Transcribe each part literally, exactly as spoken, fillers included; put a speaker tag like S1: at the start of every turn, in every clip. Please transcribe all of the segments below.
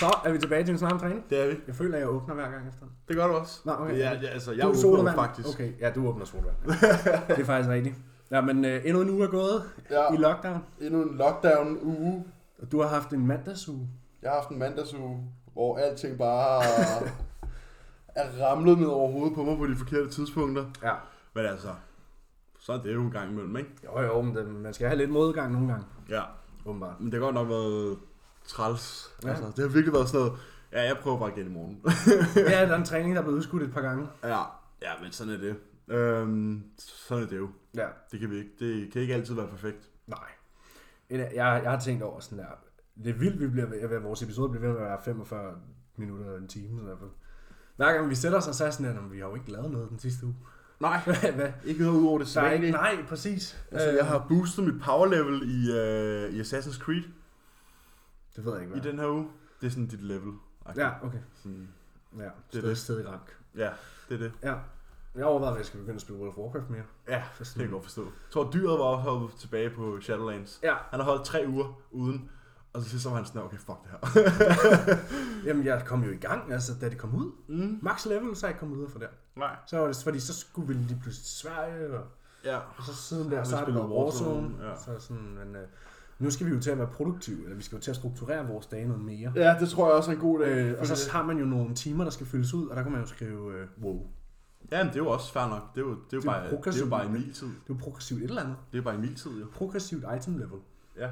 S1: Så er vi tilbage til en snak om træning.
S2: Det er vi.
S1: Jeg føler, at jeg åbner hver gang efter.
S2: Det gør du også.
S1: Nå, okay.
S2: Ja, ja, altså, jeg
S1: du
S2: åbner
S1: sodavand.
S2: faktisk.
S1: Okay, ja, du åbner sodavand. Det er faktisk rigtigt. Ja, men øh, endnu en uge er gået
S2: Ja.
S1: i lockdown.
S2: Endnu en lockdown-uge.
S1: Og du har haft en mandagsuge.
S2: Jeg har haft en mandagsuge, hvor alting bare er ramlet ned over hovedet på mig på de forkerte tidspunkter.
S1: Ja.
S2: Men altså, så er det jo en gang imellem, ikke?
S1: Jo, jo, men det, man skal have lidt modgang nogle gange.
S2: Ja.
S1: Åbenbart.
S2: Men det har godt nok været træls.
S1: Ja.
S2: Altså, det har virkelig været sådan noget, ja, jeg prøver bare igen i morgen.
S1: Ja, der er en træning, der er blevet udskudt et par gange.
S2: ja, ja, men sådan er det. Øhm, sådan er det jo.
S1: Ja.
S2: Det kan vi ikke. Det kan ikke altid være perfekt.
S1: Nej. Jeg, jeg har tænkt over sådan der, det er vildt, vi bliver ved, vores episode bliver ved med at være femogfyrre minutter eller en time. Sådan der. Hver gang vi sætter os, så er sådan der, vi har jo ikke lavet noget den sidste uge.
S2: Nej,
S1: Hvad?
S2: ikke noget ud over det
S1: Der er ikke,
S2: sædvanlige.
S1: nej, præcis.
S2: Altså, jeg har boostet mit power level i, uh, i Assassin's Creed
S1: Det ved jeg ikke,
S2: i
S1: hvad.
S2: den her uge. Det er sådan dit level.
S1: Ja, okay.
S2: Sådan,
S1: Ja,
S2: det er
S1: sted,
S2: det.
S1: sted i rank.
S2: ja, det er det.
S1: Ja. Jeg overvejede, at jeg skal begynde at spille World of Warcraft mere.
S2: Ja, det kan jeg godt forstå. Jeg tror, dyret var også hoppet tilbage på Shadowlands.
S1: Ja.
S2: Han har holdt tre uger uden, og så sidst så var han sådan, okay, fuck det her.
S1: Jamen, jeg kom jo i gang, altså, da det kom ud.
S2: mm.
S1: Max level, så er jeg kommet ud for det.
S2: Nej.
S1: Så var det, fordi så skulle vi lige pludselig til Sverige, og,
S2: Ja.
S1: og så siden
S2: Ja,
S1: der,
S2: vi
S1: så har det
S2: spiller
S1: været Warzone.
S2: Warzone, ja.
S1: Så sådan, men øh, nu skal vi jo til at være produktive, eller vi skal jo til at strukturere vores dage noget mere.
S2: Ja, det tror jeg også er en god dag.
S1: Øh, og så har man jo nogle timer, der skal fyldes ud, og der kan man jo skrive øh, wow.
S2: Ja, men det er jo også fair nok. Det er jo, det er jo,
S1: Det er jo
S2: bare, det er jo
S1: progressivt,
S2: bare
S1: men-
S2: Emil-tid.
S1: Det er jo progressivt et eller andet.
S2: Det er bare Emil-tid, jo.
S1: Progressivt item level.
S2: Ja.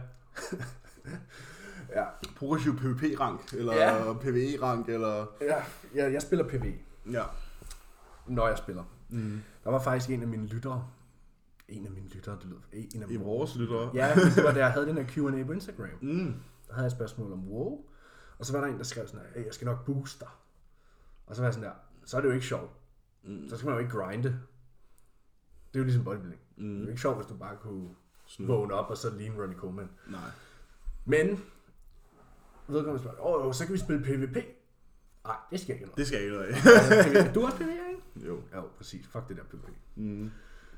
S1: Ja.
S2: Progressiv PvP-rank, eller
S1: Ja.
S2: PvE-rank, eller...
S1: Ja, jeg, jeg spiller P V,
S2: Ja.
S1: når jeg spiller.
S2: Mm.
S1: Der var faktisk en af mine lyttere. En af mine lyttere, det lød. En af
S2: I vores lyttere.
S1: Ja, det var da jeg havde den her Q and A på Instagram.
S2: Mm.
S1: Der havde jeg et spørgsmål om WoW. Og så var der en, der skrev sådan her, hey, jeg skal nok booste dig. Og så var jeg sådan der, så er det jo ikke sjovt.
S2: Mm.
S1: Så skal man jo ikke grinde. Det er jo ligesom bodybuilding.
S2: Mm.
S1: Det er jo ikke sjovt, hvis du bare kunne
S2: Sådan.
S1: vågne op og så ligne Ronnie Coleman.
S2: Nej.
S1: Men, vedkommende spørger, åh, oh, så kan vi spille P V P. Nej, det skal jeg ikke
S2: Det skal jeg ikke noget af.
S1: noget. Er du også P V P, ikke?
S2: Jo.
S1: Ja, præcis. Fuck det der P V P.
S2: Mm.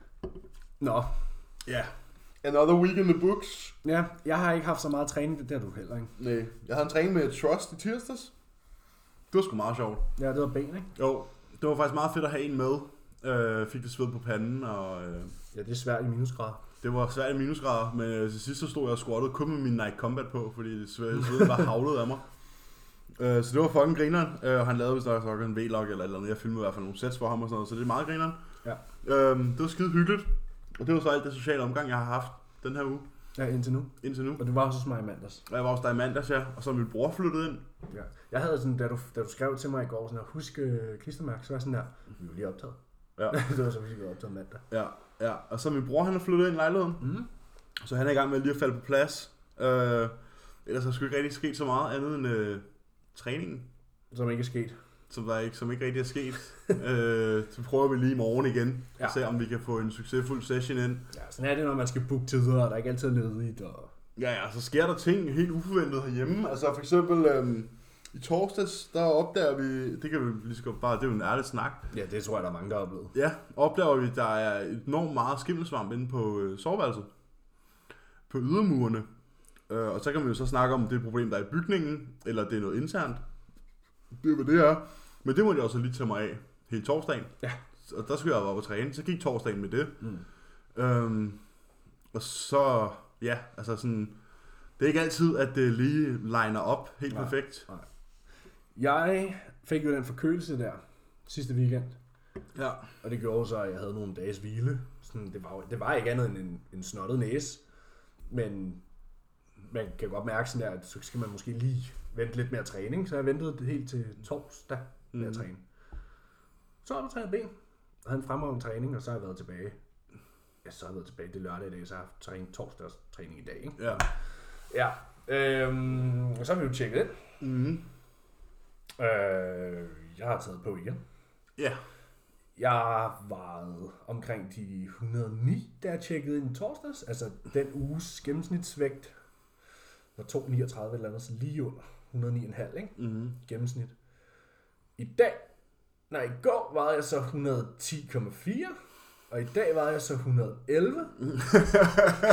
S1: Nå,
S2: Ja. Another week in the books.
S1: ja, jeg har ikke haft så meget træning, det der du heller, ikke?
S2: Nej. Jeg havde en træning med Trust i tirsdags. Det var sgu meget sjovt.
S1: Ja, det var ben, ikke?
S2: Jo. Det var faktisk meget fedt at have en med. Øh, fik det sved på panden, og øh,
S1: Ja, det er svært i minusgrader.
S2: det var svært i minusgrader, men øh, til sidst så stod jeg og squattede kun med min Nike Combat på, fordi det sved bare havlede af mig. Øh, så det var fucking grineren, øh, og han lavede vist nok en vlog eller et eller andet. Jeg filmede i hvert fald nogle sets for ham og sådan noget, så det er meget grineren.
S1: Ja.
S2: Øh, det var skide hyggeligt, og det var så alt det sociale omgang, jeg har haft den her uge,
S1: Ja, indtil nu.
S2: indtil nu.
S1: Og du var også hos mig i mandags.
S2: Og jeg var også der i mandags, ja, og så er min bror flyttet ind.
S1: Ja. Jeg havde sådan, da du, da du skrev til mig i går, sådan her, husk uh, klistermærke, så var jeg sådan der, vi var lige optaget.
S2: Ja.
S1: Det var så, vi var optaget mandag.
S2: Ja, ja, og så min bror, han er flyttet ind i lejligheden,
S1: Mm.
S2: så han er i gang med lige at falde på plads. Øh, ellers har sgu ikke rigtig sket så meget andet end øh, træningen,
S1: Som ikke er sket.
S2: som, der ikke, som ikke rigtig er sket. øh, så prøver vi lige i morgen igen,
S1: Ja.
S2: og se om vi kan få en succesfuld session ind.
S1: Ja, sådan er det, når man skal booke tider, og der ikke altid er ledigt. Og...
S2: Ja, ja, så sker der ting helt uforventet herhjemme. Altså for eksempel øhm, i torsdags, der opdager vi, det kan vi lige så godt bare, det er jo en ærlig snak.
S1: Ja, det tror jeg, der er mange, der har oplevet.
S2: Ja, opdager vi, der er enormt meget skimmelsvamp inde på øh, soveværelset. På ydermurene. Øh, og så kan man jo så snakke om, det er et problem, der er i bygningen, eller det er noget internt. Det er, hvad det er. Men det må jeg også lige tage mig af hele torsdagen.
S1: Ja.
S2: Og der skulle jeg op og træne, så gik torsdagen med det.
S1: Mm.
S2: Øhm, og så, ja, altså sådan, det er ikke altid, at det lige liner op helt
S1: Nej.
S2: perfekt.
S1: Jeg fik jo den forkølelse der sidste weekend.
S2: Ja.
S1: Og det gjorde så, at jeg havde nogle dages hvile. Sådan, det, var, jo- det var ikke andet end en, en snottet næse. Men man kan godt mærke sådan der, at så skal man måske lige vente lidt mere træning. Så jeg ventede det helt til torsdag med at
S2: Mm.
S1: træne. Så har jeg trænet ben. Jeg havde en fremragende træning, og så har jeg været tilbage. Ja, så har jeg været tilbage. Det er lørdag i dag, så har jeg haft træning, torsdags træning i dag. Ikke?
S2: Ja.
S1: Ja. Øhm, og så har vi jo tjekket ind.
S2: Mm.
S1: Øh, jeg har taget på igen.
S2: Ja.
S1: Jeg var omkring de et hundrede og ni, da jeg tjekkede ind i torsdags. Altså den uges gennemsnitsvægt var to komma niogtredive eller andet, så lige under et hundrede og ni komma fem, ikke?
S2: Mm.
S1: Gennemsnit. I dag, nej, i går var jeg så et hundrede og ti komma fire, og i dag var jeg så et hundrede og elleve.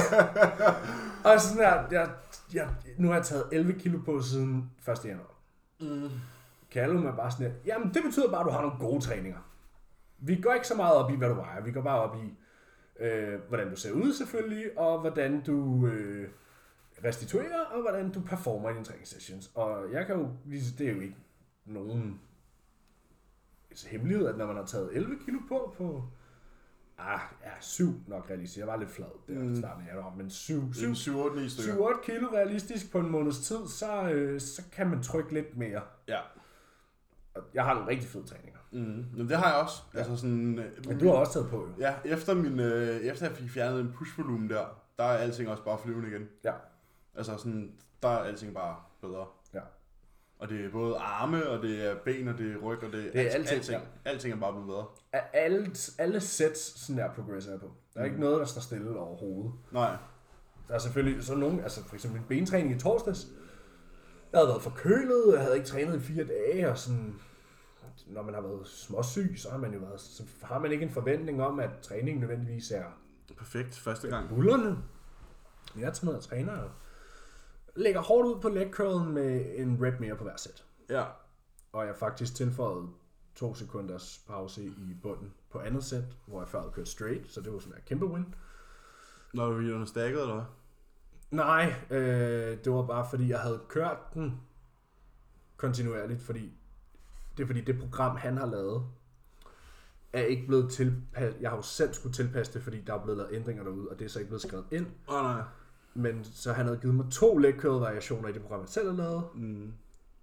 S1: Og sådan der, jeg, jeg, nu har jeg taget elleve kilo på siden første januar.
S2: Mm.
S1: Callum er bare sådan her, jamen det betyder bare, at du har nogle gode træninger. Vi går ikke så meget op i, hvad du vejer. Vi går bare op i, øh, hvordan du ser ud selvfølgelig, og hvordan du øh, restituerer, og hvordan du performer i dine træningssessions. Og jeg kan jo, det er jo ikke nogen hemmelighed, at når man har taget elleve kilo på, på ah, ja, syv nok realistisk. Jeg var lidt flad der i starten af januar, men syv, syv,
S2: syv otte stykker.
S1: syv otte kilo realistisk på en måneds tid, så, øh, så kan man trykke lidt mere.
S2: Ja.
S1: Og jeg har nogle rigtig fede træninger.
S2: Mm. Men det har jeg også. Ja. Altså sådan, øh,
S1: Men du har også taget på, jo.
S2: Ja, efter, min, øh, efter jeg fik fjernet en push-volumen der, der er alting også bare flyvende igen.
S1: Ja.
S2: Altså sådan, der er alting bare bedre.
S1: Ja.
S2: Og det er både arme, og det er ben, og det er ryg, og det er,
S1: Det er
S2: alt,
S1: alting,
S2: alting.
S1: ja.
S2: Alting er bare blevet bedre.
S1: Alle, alle sets, sådan der progresser jeg på. Der er mm. ikke noget, der står stille overhovedet.
S2: Nej.
S1: Der er selvfølgelig så nogen, altså for eksempel en bentræning i torsdags. Jeg havde været forkølet, jeg havde ikke trænet i fire dage, og sådan, når man har været småsyg, så har man jo været, så har man ikke en forventning om, at træningen nødvendigvis er
S2: Perfekt, første gang.
S1: bullerne. Jeg tager ned og træner, og lægger hårdt ud på leg curlen med en rep mere på hver sæt.
S2: Ja.
S1: Og jeg faktisk tilføjet to sekunders pause i bunden på andet sæt, hvor jeg før havde kørt straight, så det var sådan en kæmpe win.
S2: Når du videoerne stakket, eller hvad?
S1: Nej, øh, det var bare fordi, jeg havde kørt den kontinuerligt, fordi det er fordi det program, han har lavet, er ikke blevet tilpasset. Jeg har jo selv skulle tilpasse det, fordi der er blevet lavet ændringer derude, og det er så ikke blevet skrevet ind.
S2: Åh oh, nej.
S1: Men så han havde givet mig to leg curl variationer i det program, jeg selv har lavet.
S2: Mm.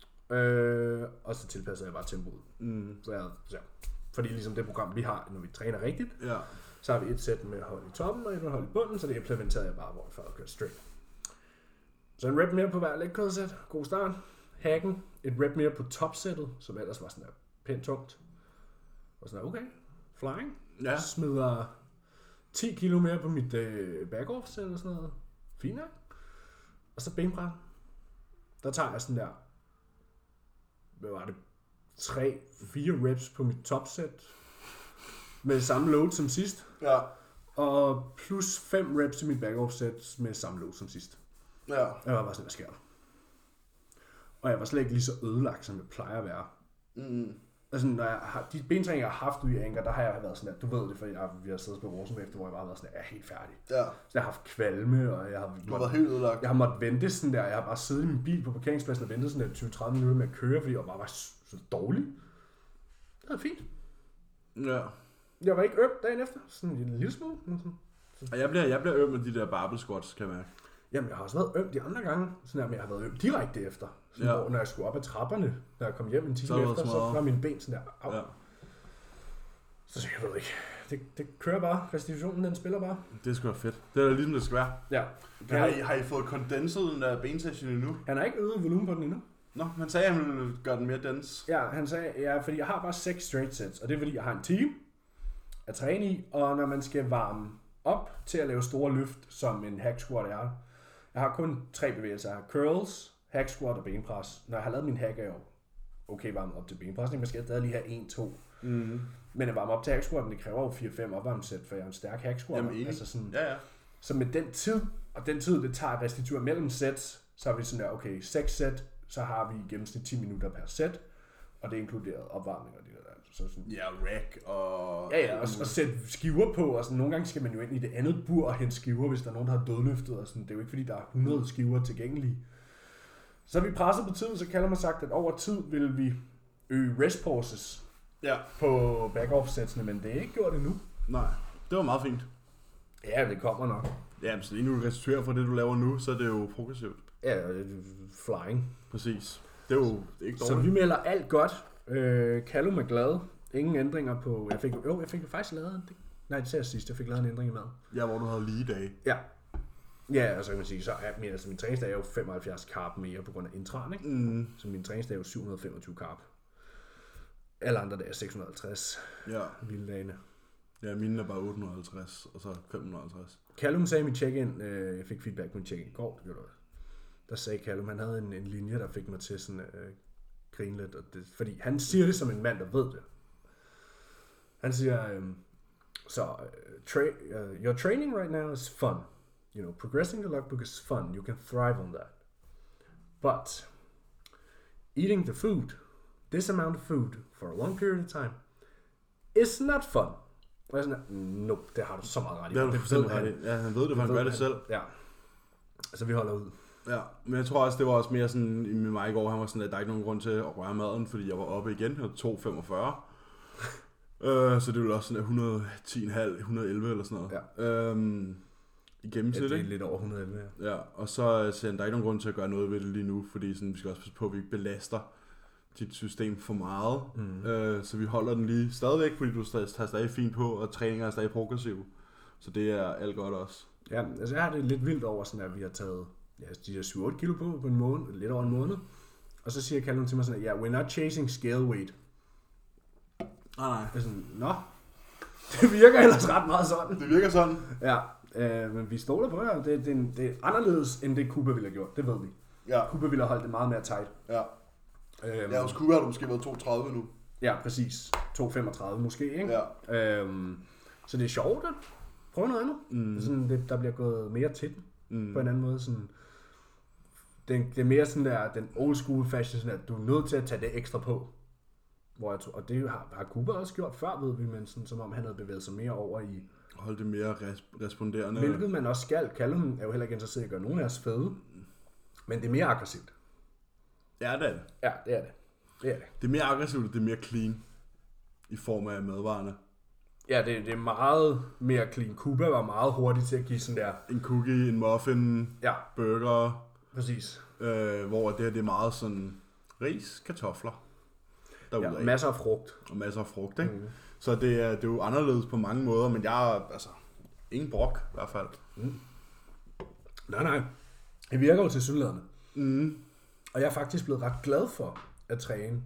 S1: Øh, og så tilpassede jeg bare tempoet.
S2: Mm.
S1: Så jeg, så, fordi ligesom det program, vi har, når vi træner rigtigt,
S2: Ja.
S1: så har vi et sæt med hold i toppen og et med hold i bunden, så det implementerede jeg bare, hvor jeg før kørte straight. Så en rep mere på hver leg curl sæt. God start. Hacken. Et rep mere på topsættet, som ellers var sådan der pænt tungt. Og sådan der, okay, flying.
S2: Ja.
S1: Smider ti kilo mere på mit øh, back-off sæt eller sådan noget. Fint nok. Og så benpres. Der tager jeg sådan der, hvad var det, tre fire reps på mit topsæt. Med samme load som sidst.
S2: Ja.
S1: Og plus fem reps i mit back-off sæt med samme load som sidst.
S2: Ja.
S1: Jeg var bare sådan, hvad sker der? Og jeg var slet ikke lige så ødelagt, som jeg plejer at være.
S2: Mm.
S1: Altså, når jeg har, de bentræninger, jeg har haft ude i Anker, der har jeg været sådan, at du ved det, fordi jeg, vi har siddet på Rosenberg efter, hvor jeg bare har været sådan, at jeg er helt færdig.
S2: Ja.
S1: Så jeg har haft kvalme, og jeg har,
S2: Du har været helt ødelagt.
S1: jeg har måttet vente sådan der. Jeg har bare siddet i min bil på parkeringspladsen og ventet sådan der tyve til tredive minutter med at køre, fordi jeg bare var så dårlig. Det var fint.
S2: Ja.
S1: Jeg var ikke øm dagen efter, sådan en lille smule. Men sådan.
S2: Og jeg bliver, jeg bliver øm med de der barbell squats, kan jeg mærke.
S1: Jamen, jeg har også været øm de andre gange, sådan der, men jeg har været øm direkte efter. Sådan,
S2: Ja.
S1: hvor, når jeg skulle op ad trapperne, når jeg kom hjem en time
S2: Så var det
S1: efter, så
S2: smadret.
S1: var mine ben sådan der, au.
S2: Ja.
S1: Så jeg ved ikke, det, det kører bare, restitutionen den spiller bare.
S2: Det skal være fedt. Det er da ligesom det skal være.
S1: Ja.
S2: Har I, har I fået kondenset den der bensession endnu?
S1: Han har ikke øget volumen på den endnu.
S2: Nå, man sagde, at han ville gøre den mere dense.
S1: Ja, han sagde, ja, fordi jeg har bare seks straight sets, og det er fordi, jeg har en team at træne i, og når man skal varme op til at lave store løft, som en hack squat er, jeg har kun tre bevægelser. Jeg har curls, hack squat og benpres. Når jeg har lavet min hack, er jeg jo okay varmet op til benpresning, man skal stadig lige have en to.
S2: Mm.
S1: Men at varme op til hack squatten, det kræver jo fire fem opvarmesæt, for jeg er en stærk hack squat.
S2: Jamen, enig.
S1: Altså sådan,
S2: Ja, ja.
S1: så med den tid, og den tid, det tager at restituere mellem sæt, så har vi sådan der, okay, seks sæt, så har vi i gennemsnit ti minutter per sæt, og det inkluderer opvarmning og det der. Så sådan,
S2: Ja, rack og...
S1: ja, ja, og, og sætte skiver på, og sådan, nogle gange skal man jo ind i det andet bur og hente skiver, hvis der er nogen, der har dødløftet, og sådan, det er jo ikke fordi, der er hundrede skiver tilgængelige. Så har vi presset på tiden, så kalder man sagt, at over tid vil vi øge rest pauses
S2: Ja.
S1: på back-off-sætsene, men det er ikke gjort endnu.
S2: Nej, det var meget fint.
S1: Ja, det kommer nok.
S2: Ja, så lige nu du restituerer fra det, du laver nu, så er det jo progressivt.
S1: Ja, flying.
S2: Præcis. Det er jo det er ikke dårligt.
S1: Så vi melder alt godt. Øh, Callum er glad. Ingen ændringer på... Jeg fik jo, jeg fik jo faktisk lavet... En, nej, det sagde jeg sidst. Jeg fik lavet en ændring i mad.
S2: Ja, hvor du havde lige dage.
S1: Ja. Ja, og så kan man sige, så er min, altså min træningsdag er jo femoghalvfjerds carb mere på grund af intran, ikke?
S2: Mm.
S1: Så min træningsdag er jo syv hundrede og femogtyve carb. Alle andre dage er seks hundrede og halvtreds.
S2: Ja.
S1: Vilde dagene.
S2: Ja, mine er bare otte hundrede og halvtreds, og så fem hundrede og halvtreds.
S1: Callum sagde i mit check-in, øh, jeg fik feedback på min check-in i går, det gjorde det. Der sagde Callum, han havde en, en linje, der fik mig til sådan øh, grine lidt. Og det, fordi han siger det som en mand, der ved det. Han siger, øh, så uh, tra- uh, your training right now is fun. You know, progressing the logbook is fun. You can thrive on that. But eating the food, this amount of food, for a long period of time, is not fun. Og jeg er sådan, nope, det har du så meget ret i.
S2: Det har du
S1: ved
S2: ret i. Ja, han ved det, for han gør det selv.
S1: Ja, så vi holder ud.
S2: Ja, men jeg tror også, det var også mere sådan, med mig i går, han var sådan, at der er ikke nogen grund til at røre maden, fordi jeg var oppe igen, jeg var to komma femogfyrre. øh, så det ville også sådan et hundrede og ti komma fem, et hundrede og elleve eller sådan noget. Ja. Øhm, I gennemsnit,
S1: ja, det er lidt over et hundrede og elleve,
S2: ja. Ja, og så siger han, der er ikke nogen grund til at gøre noget ved det lige nu, fordi sådan, vi skal også passe på, at vi ikke belaster dit system for meget. Mm. Øh, så vi holder den lige stadigvæk, fordi du tager stadig fint på, og træninger er stadig progressiv. Så det er alt godt også.
S1: Ja, altså jeg har det lidt vildt over, sådan at vi har taget ja, de der syv otte kilo på på en måned, lidt over en måned. Og så siger Callum til mig sådan, at ja, yeah, we're not chasing scale weight.
S2: Nej, nej.
S1: Jeg er sådan, nå, det virker ellers ret meget sådan.
S2: Det virker sådan.
S1: Ja, øh, men vi stoler på jer. Det, det, det er anderledes, end det Cooper ville have gjort, det ved vi. Ja. Cooper ville have holdt det meget mere tight.
S2: Ja. Øhm, ja, hos Cooper har du måske været to komma tredive nu.
S1: Ja, præcis. to komma femogtredive måske, ikke?
S2: Ja.
S1: Øhm, så det er sjovt at prøve noget andet. Mm. Sådan, det, der bliver gået mere til den, mm. på en anden måde. Sådan, det, det er mere sådan der, den old school fashion, sådan at du er nødt til at tage det ekstra på. Hvor jeg tror, og det har, har Cooper også gjort før, ved vi, men sådan, som om han havde bevæget sig mere over i...
S2: Holde det mere res- responderende.
S1: Hvilket man også skal. Callum er jo heller ikke interesseret i at gøre nogen af os fede. Men det er mere aggressivt.
S2: Ja, det er det.
S1: Ja, det er det. Det er det.
S2: Det er mere aggressivt, det er mere clean. I form af madvarerne.
S1: Ja, det, det er meget mere clean. Cooper var meget hurtig til at give sådan der...
S2: En cookie, en muffin,
S1: ja.
S2: Burger.
S1: Præcis.
S2: Øh, hvor det her det er meget sådan ris, kartofler.
S1: Ja, masser af frugt.
S2: Og masser af frugt, ikke? Mm. Så det er, det er jo anderledes på mange måder, men jeg er, altså, ingen brok i hvert fald.
S1: Mm. Nej, nej. Det virker jo til synlædende.
S2: Mm.
S1: Og jeg er faktisk blevet ret glad for at træne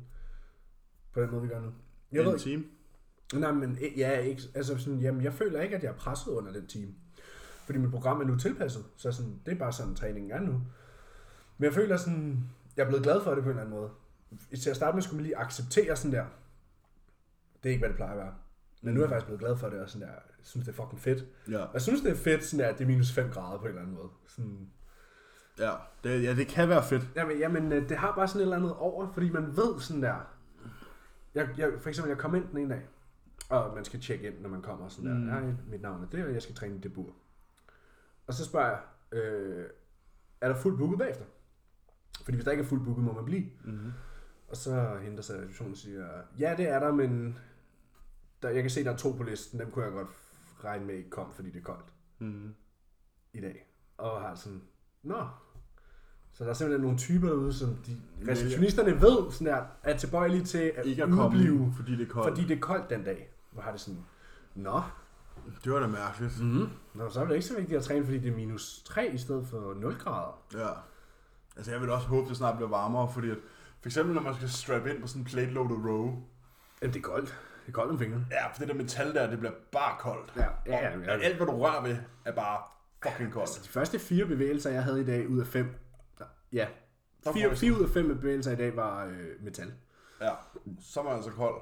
S1: på den måde, vi gør nu. Jeg
S2: en
S1: ved,
S2: time?
S1: Nej, men ja, ikke, altså sådan, jamen, jeg føler ikke, at jeg er presset under den time. Fordi mit program er nu tilpasset, så sådan, det er bare sådan, træningen er nu. Men jeg føler sådan, jeg er blevet glad for det på en eller anden måde. Til at starte med skulle man lige acceptere sådan der, det er ikke, hvad det plejer at være. Men nu er jeg faktisk blevet glad for det, og sådan der, jeg synes, det er fucking fedt.
S2: Ja.
S1: Og jeg synes, det er fedt, sådan der, det er minus fem grader på en eller anden måde. Sådan...
S2: Ja, det, ja, det kan være fedt.
S1: Jamen, jamen, det har bare sådan et eller andet over, fordi man ved sådan der, jeg, jeg, for eksempel, jeg kom ind den ene dag, og man skal tjekke ind, når man kommer, sådan der, mm. ja, mit navn er det, og jeg skal træne i det bur. Og så spørger jeg, øh, er der fuldt booket bagefter? Fordi hvis der ikke er fuldt booket, må man blive.
S2: Mm-hmm.
S1: Og så henter sig receptionen og siger, ja, det er der, men der, jeg kan se, der er to på listen, dem kunne jeg godt regne med ikke kom, fordi det er koldt
S2: mm-hmm.
S1: i dag. Og har sådan, nå. Så der er simpelthen nogle typer derude, som de receptionisterne ved, sådan der, er tilbøjelige til at
S2: ikke at
S1: udblive,
S2: komme, fordi det er koldt.
S1: Fordi det er koldt den dag. Hvor har det sådan, nå.
S2: Det var da mærkeligt.
S1: Mm-hmm. Nå, så er det ikke så vigtigt at træne, fordi det er minus tre i stedet for nul grader.
S2: Ja. Altså jeg vil også håbe, at det snart bliver varmere, fordi at, for eksempel når man skal strap ind på sådan en plate-loaded row.
S1: Jamen det er koldt. Det er koldt om fingrene.
S2: Ja, for det der metal der, det bliver bare koldt.
S1: Ja, ja, ja, ja.
S2: Og alt hvad du rører ved, er bare fucking koldt.
S1: Altså de første fire bevægelser, jeg havde i dag ud af fem, ja, fire, fire ud af fem bevægelser i dag var øh, metal.
S2: Ja, så er man altså kold.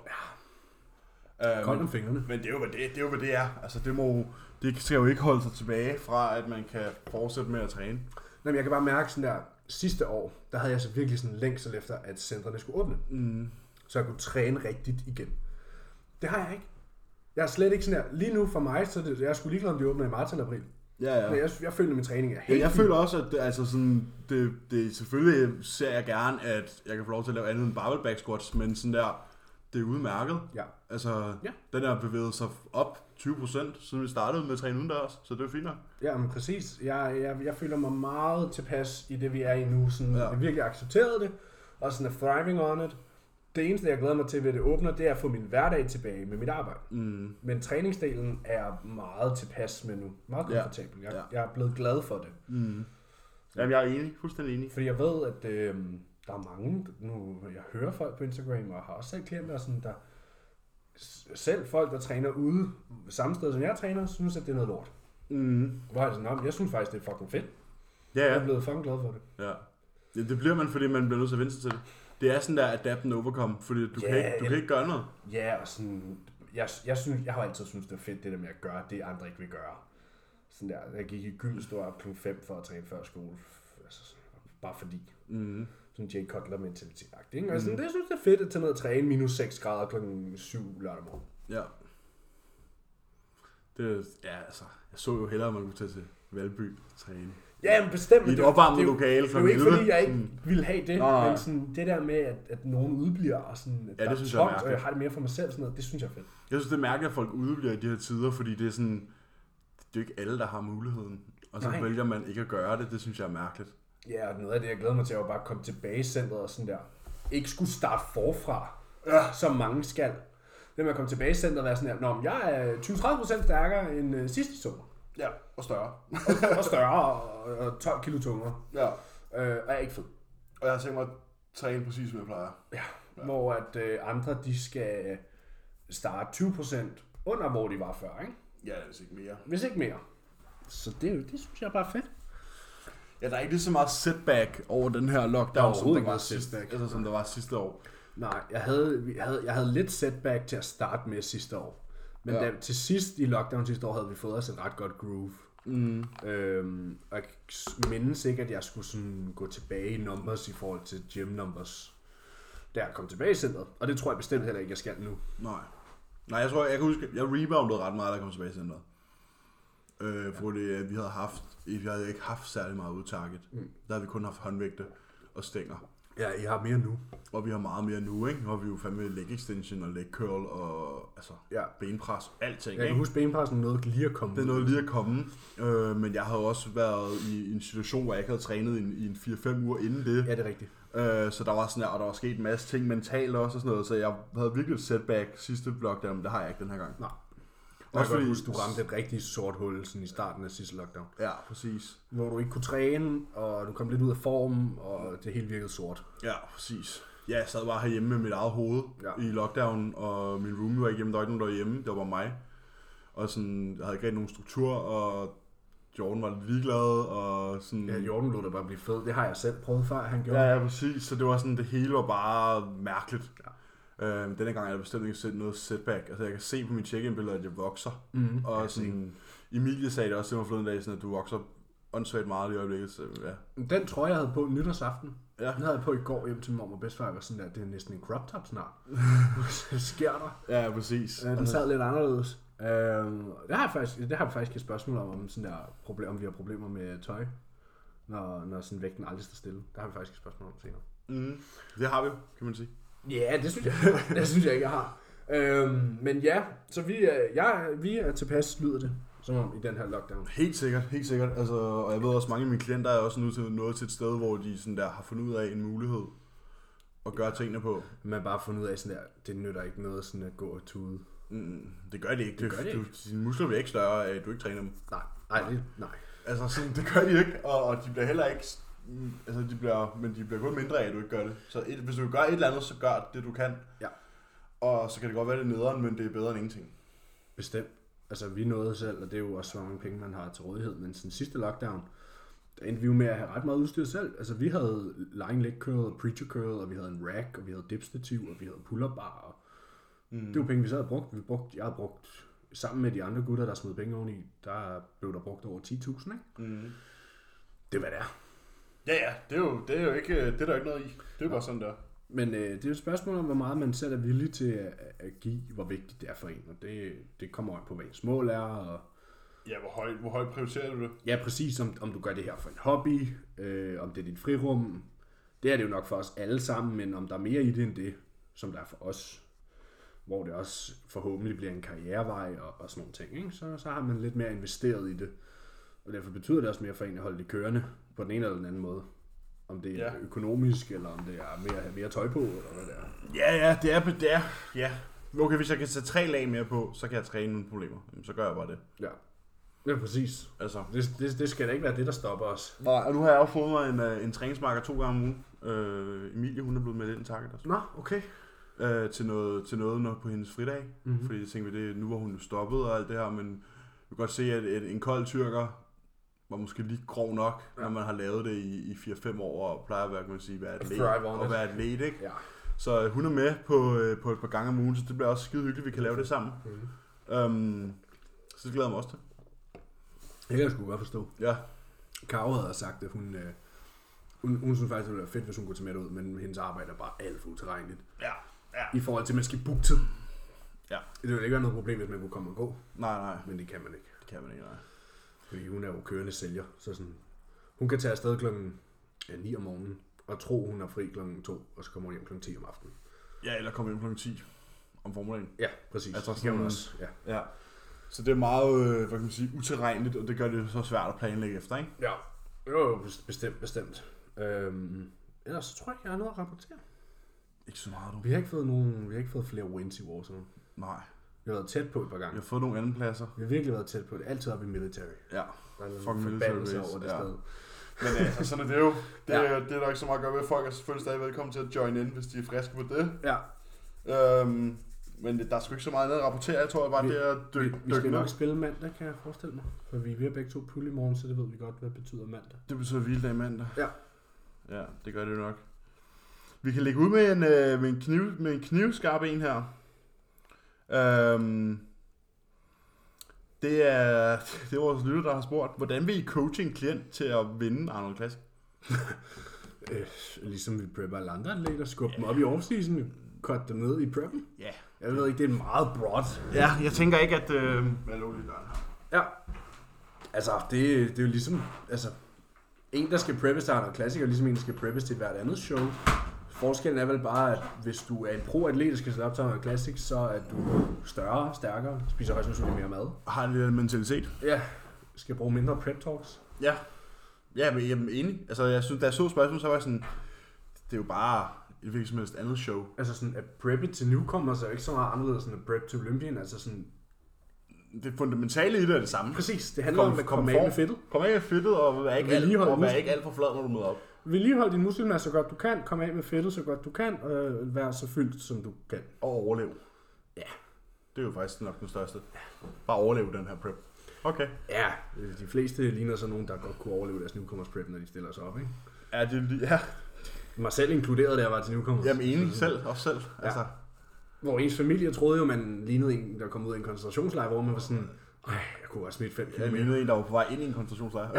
S1: Ja. Koldt om fingrene.
S2: Men det er jo hvad det, det er. Jo, hvad det er. Altså det må, det skal jo ikke holde sig tilbage fra, at man kan fortsætte med at træne.
S1: Nej, men jeg kan bare mærke sådan der, sidste år, der havde jeg så virkelig sådan længsel efter, at centrene skulle åbne.
S2: Mm.
S1: Så jeg kunne træne rigtigt igen. Det har jeg ikke. Jeg er slet ikke sådan her. Lige nu for mig, så det, jeg skulle ligeglad, om de åbner i marts eller april.
S2: Ja, ja.
S1: Men jeg, jeg føler, at min træning er helt
S2: ja, jeg føler også, at det, altså sådan, det, det, selvfølgelig ser jeg gerne, at jeg kan få lov til at lave andet end barbell back squats, men sådan der, det er udmærket.
S1: Ja.
S2: Altså,
S1: ja. Den
S2: har bevæget sig op tyve procent, siden vi startede med at træne udendørs, så det er fint nok.
S1: Ja, men præcis. Jeg, jeg, jeg føler mig meget tilpas i det, vi er i nu. Sådan, ja. Jeg virkelig accepteret det, og sådan er thriving on it. Det eneste, jeg glæder mig til ved det åbner, det er at få min hverdag tilbage med mit arbejde.
S2: Mm.
S1: Men træningsdelen er meget tilpas med nu. Meget komfortabel. Jeg,
S2: ja.
S1: jeg er blevet glad for det.
S2: Mm. Jamen, jeg er enig. Fuldstændig enig.
S1: Fordi jeg ved, at øh, der er mange, nu jeg hører folk på Instagram, og har også selv klienter, sådan, der selv folk, der træner ude samme sted, som jeg træner, synes, at det er noget lort.
S2: Mm.
S1: Hvor jeg sådan, jeg synes faktisk, det er fucking fedt.
S2: Ja, ja.
S1: Jeg er blevet fucking glad for det.
S2: Ja. Ja, det bliver man, fordi man bliver nødt til at vende sig til det. Det er sådan der adapt and overcome, fordi du, yeah, kan, ikke, du kan ikke gøre noget.
S1: Ja, og sådan, jeg, jeg, synes, jeg har altid syntes, det er fedt, det der med at gøre det, andre ikke vil gøre. Sådan der, jeg gik i gym, stod op klokken fem for at træne før skole. Altså, bare fordi.
S2: Mm.
S1: Sådan en Jay Cutler-mentalitet. Ikke? Og sådan, det synes jeg er fedt at tage ned og træne minus seks grader klokken syv lørdag morgen.
S2: Ja. Det, ja, altså, jeg så jo hellere, at man kunne tage til Valby og træne.
S1: Ja, men bestemt.
S2: I et opvarmet lokale
S1: Det er jo ikke,
S2: elleve.
S1: fordi jeg ikke ville have det,
S2: nej.
S1: men sådan, det der med, at, at nogen udbliver, og sådan, at
S2: Ja,
S1: der
S2: det
S1: er
S2: synes jeg er
S1: tomt, og
S2: mærkeligt.
S1: jeg har det mere for mig selv, sådan noget, det synes jeg er fedt.
S2: Jeg synes, det er mærkeligt, at folk udebliver i de her tider, fordi det er sådan, det er jo ikke alle, der har muligheden. Og så
S1: Nej.
S2: vælger man ikke at gøre det, det synes jeg er mærkeligt.
S1: Ja, og noget af det, jeg glæder mig til, er jo bare at komme tilbage i centret og sådan der. Ikke skulle starte forfra,
S2: Ja.
S1: som mange skal. Det med at komme tilbage i centret og være sådan her, nå, men jeg er tyve til tredive procent stærkere end øh, sidste sommer.
S2: Ja, og større.
S1: Og, og større, og, og tolv kilo tungere.
S2: Ja,
S1: Øh, og jeg er ikke fed.
S2: og jeg har tænkt mig at træne præcis, som jeg plejer.
S1: Ja. Ja. Hvor at øh, andre, de skal starte tyve procent under, hvor de var før, ikke?
S2: Ja, hvis ikke mere.
S1: Hvis ikke mere. Så det, det synes jeg er bare fedt.
S2: Ja, der er ikke lige så meget setback over den her
S1: Der er
S2: lockdown, som
S1: overhovedet
S2: der,
S1: ikke
S2: var
S1: noget
S2: sidste,
S1: setback.
S2: altså, som der var sidste år.
S1: Nej, jeg havde, vi havde, jeg havde lidt setback til at starte med sidste år. Men
S2: Ja.
S1: da, til sidst i lockdown sidste år havde vi fået os et ret godt groove.
S2: Mm.
S1: Øhm, og jeg mindes ikke, at jeg skulle sådan gå tilbage i numbers i forhold til gym numbers, da jeg kom tilbage i centret. Og det tror jeg bestemt heller ikke, jeg skal nu.
S2: Nej. Nej, jeg tror, jeg kan huske, jeg reboundede ret meget, da jeg kom tilbage i centret. Øh, fordi øh, vi havde haft, vi havde ikke haft særlig meget udtarget. Mm. Der havde vi kun haft håndvægte og stænger.
S1: Ja, I har mere nu.
S2: Og vi har meget mere nu, ikke? Nu har vi jo fandme leg extension og leg curl og altså,
S1: Ja.
S2: benpres, alting,
S1: Jeg kan
S2: ikke?
S1: huske, benpressen nåede lige at komme
S2: Det er
S1: ud.
S2: noget lige at komme, øh, men jeg havde også været i en situation, hvor jeg ikke havde trænet i en, i en fire fem uger inden det.
S1: Ja, det er rigtigt.
S2: Øh, så der var sådan her, og der var sket en masse ting mentalt også og sådan noget, så jeg havde virkelig et setback sidste lockdown, men det har jeg ikke den her gang.
S1: Nej. Jeg
S2: Også
S1: kan godt
S2: fordi-
S1: huske, du ramte et rigtig sort hul sådan i starten af sidste lockdown.
S2: Ja, præcis.
S1: Hvor du ikke kunne træne, og du kom lidt ud af form, og det hele virkede sort.
S2: Ja, præcis. Ja, jeg sad bare herhjemme med mit eget hoved
S1: Ja.
S2: ja. i lockdown, og min roomie var ikke hjemme, der var ikke nogen, der var hjemme, det var bare mig. Og sådan, jeg havde ikke rigtig nogen struktur, og Jordan var lidt ligeglad, og sådan...
S1: Ja, Jordan lå der bare blive fed. Det har jeg selv prøvet før, han gjorde.
S2: Ja, ja, præcis. Så det var sådan, det hele var bare mærkeligt. Ja. Øhm, denne gang er der bestemt ikke set noget setback. Altså, jeg kan se på mine check-in-billeder, at jeg vokser.
S1: Mm,
S2: Og sådan, Emilie sagde det også til mig forleden dag, sådan, at du vokser åndssvagt meget i øjeblikket. Så, ja.
S1: Den tror jeg havde på nytårsaften.
S2: Ja.
S1: Den havde jeg på i går hjem til mormor og bedstefar. Jeg var sådan der, det er næsten en crop top snart. Hvad sker der?
S2: Ja, præcis.
S1: Ja, den sad lidt anderledes. Uh, det har jeg faktisk, det har jeg faktisk et spørgsmål om, om, sådan der problem, om vi har problemer med tøj, når, når sådan vægten aldrig står stille. Der har vi faktisk et spørgsmål om senere.
S2: Mm, det har vi jo, kan man sige.
S1: Ja, det synes jeg, det synes jeg ikke, jeg har. Øhm, men ja, så vi er, jeg, vi er tilpas, lyder det, som om i den her lockdown.
S2: Helt sikkert, helt sikkert. Altså, og jeg ved også, mange af mine klienter er også nu til nået til et sted, hvor de sådan der har fundet ud af en mulighed at gøre tingene på.
S1: Man har bare fundet ud af sådan der, det nytter ikke noget sådan at gå og tude.
S2: Mm, det gør de ikke.
S1: Det gør de
S2: du,
S1: ikke.
S2: Dine muskler bliver ikke større af, at du ikke træner dem.
S1: Nej, nej, det, nej.
S2: Altså, sådan, det gør de ikke, og, og de bliver heller ikke... mm, Altså, de bliver, men de bliver kun mindre af, at du ikke gør det. Så et, hvis du gør et eller andet, så gør det, du kan.
S1: Ja.
S2: Og så kan det godt være, det er nederen, men det er bedre end ingenting.
S1: Bestemt. Altså, vi nåede selv, og det er jo også, hvor mange penge man har til rådighed, men sådan sidste lockdown, der endte vi jo med at have ret meget udstyr selv. Altså, vi havde lying leg curl og preacher curl, og vi havde en rack, og vi havde dipstativ, og vi havde pull-up bar. Og
S2: Mm.
S1: det var penge, vi så havde brugt. Vi brugte, jeg havde brugt, sammen med de andre gutter, der smed penge oveni, der blev der brugt over ti tusind, ikke?
S2: Mm.
S1: Det er, hvad det er.
S2: Ja, ja, det er, jo, det er jo ikke, det er der ikke noget i. Det er jo bare sådan der.
S1: Men øh, det er jo et spørgsmål om, hvor meget man selv er villig til at, at give, hvor vigtigt det er for en. Og det, det kommer an på, hvad ens mål er. Og
S2: Ja, hvor højt, hvor højt prioriterer du det?
S1: ja, præcis. Om, om du gør det her for en hobby, øh, om det er dit frirum. Det er det jo nok for os alle sammen, men om der er mere i det end det, som der er for os. Hvor det også forhåbentlig bliver en karrierevej og, og sådan nogle ting. Ikke? Så, så har man lidt mere investeret i det. Og derfor betyder det også mere for en at holde det kørende på den ene eller den anden måde. Om det er
S2: Ja.
S1: økonomisk, eller om det er mere at have mere tøj på, eller hvad det er.
S2: Ja, ja, det er, det er, ja. Okay, hvis jeg kan sætte tre lag mere på, så kan jeg træne uden problemer. Jamen, så gør jeg bare det.
S1: Ja, ja præcis.
S2: Altså.
S1: Det, det, det skal da ikke være det, der stopper os.
S2: Nej, og nu har jeg også fået mig en, uh, en træningsmarker to gange om ugen. Uh, Emilie, hun er blevet med ind i target også.
S1: Nå, okay.
S2: Uh, til noget, til noget når på hendes fridag.
S1: Mm-hmm.
S2: Fordi jeg tænkte, det, nu var hun jo stoppet og alt det her, men vi kan godt se, at et, en kold tyrker var måske lige grov nok, ja. Når man har lavet det i, i fire fem år og plejer at være, kan man sige, være atlet, og være atlet, ikke?
S1: Ja.
S2: Så hun er med på, øh, på et par gange om ugen, så det bliver også skide hyggeligt, vi kan lave det sammen. Mm. Um, så det glæder jeg mig også til.
S1: Det kan jeg sgu godt forstå.
S2: Ja.
S1: Karo havde sagt, at hun, øh, Hun, hun synes faktisk, det ville være fedt, hvis hun kunne tage med ud, men hendes arbejde er bare alt for utilregneligt.
S2: Ja, ja.
S1: I forhold til, at man skal booke tid.
S2: Ja.
S1: Det ville ikke være noget problem, hvis man kunne komme og gå.
S2: Nej, nej.
S1: Men det kan man ikke.
S2: Det kan man ikke, nej.
S1: Fordi hun er jo kørende sælger, så sådan... Hun kan tage afsted klokken ja, ni om morgenen, og tro, hun er fri klokken to, og så kommer hun hjem klokken ti om aftenen.
S2: Ja, eller komme hjem klokken ti om formiddagen.
S1: Ja, præcis.
S2: Altså,
S1: det kan hun også, ja.
S2: Ja. Så det er meget, øh, hvad kan man sige, utilregneligt, og det gør det så svært at planlægge efter, ikke?
S1: Ja, jo, bestemt, bestemt. Øhm, ellers så tror jeg ikke, jeg har noget at rapportere.
S2: Ikke så meget, du.
S1: Vi har ikke fået, nogen, vi har ikke fået flere wins i Warzone.
S2: Nej.
S1: Vi har været tæt på et par gange.
S2: Vi har fået nogle anden pladser.
S1: Vi har virkelig været tæt på det. Altid op i military.
S2: Ja.
S1: Fucking military race. Over det ja. Sted.
S2: Men altså, sådan er det jo. Det,
S1: ja.
S2: det er der ikke så meget at gøre ved. Folk er selvfølgelig stadig velkommen til at join in, hvis de er friske på det.
S1: Ja.
S2: Øhm, men der er sgu ikke så meget andet at rapportere. Jeg tror jeg bare, vi, det er dyk,
S1: Vi, vi skal nok spille mandag, kan jeg forestille mig. For vi er ved at begge to pulle i morgen, så det ved vi godt, hvad det betyder mandag.
S2: Det betyder hviledag mandag.
S1: Ja.
S2: Ja, det gør det nok. Vi kan lægge ud med en, øh, med en, kniv, med en knivskarp en her. Øhm, det, er, det er vores lytter, der har spurgt, hvordan vil I coache en klient til at vinde Arnold Classic?
S1: øh, ligesom vi prepper alle andre atleter, skubbe dem op i off-season, cut dem ned i preppen.
S2: Ja. Yeah.
S1: Jeg ved ikke, det er meget broad.
S2: Ja, jeg tænker ikke, at... Øh... Hvad er lovligt døren her?
S1: Ja. Altså, det, det er jo ligesom... Altså, en, der skal preppes til Arnold Classic, og ligesom en, der skal preppes til hvert andet show. Forskellen er vel bare, at hvis du er en pro-atlet, der skal sætte op til Arnold Classic, så er du større, stærkere, spiser højst sandsynligt mere mad.
S2: Har en lille mentalitet.
S1: Ja. Skal bruge mindre prep talks.
S2: Ja. Ja, men jeg er enig. Altså, jeg synes, da jeg så spørgsmålet, så var jeg sådan... Det er jo bare... et hvilket som helst andet show.
S1: Altså sådan, at preppe til newcomers er jo ikke så meget anderledes end at prep til Olympian, altså sådan...
S2: Det fundamentale i det er det samme.
S1: Præcis, det handler kom, om at komme af med fedtet.
S2: Komme af med fedtet, og være ikke, alt, og være ikke alt for flad, når du møder op.
S1: Vedligehold din muskelmasse så godt du kan, komme af med fedtet så godt du kan, og være så fyldt som du kan.
S2: Og overleve.
S1: Ja.
S2: Det er jo faktisk nok den største. Bare overleve den her prep. Okay.
S1: Ja, de fleste ligner så nogen, der godt kunne overleve deres newcomers prep, når de stiller sig op, ikke?
S2: Ja, det ja.
S1: Mig selv inkluderet, da jeg var til newcomers.
S2: Jamen enig, selv, også selv.
S1: Ja.
S2: Altså.
S1: Hvor ens familie troede jo, man lignede en, der kom ud af en koncentrationslejr, hvor man var sådan, ej, jeg kunne have smidt fem kilo.
S2: Jeg lignede en, der var på vej ind i en koncentrationslejr.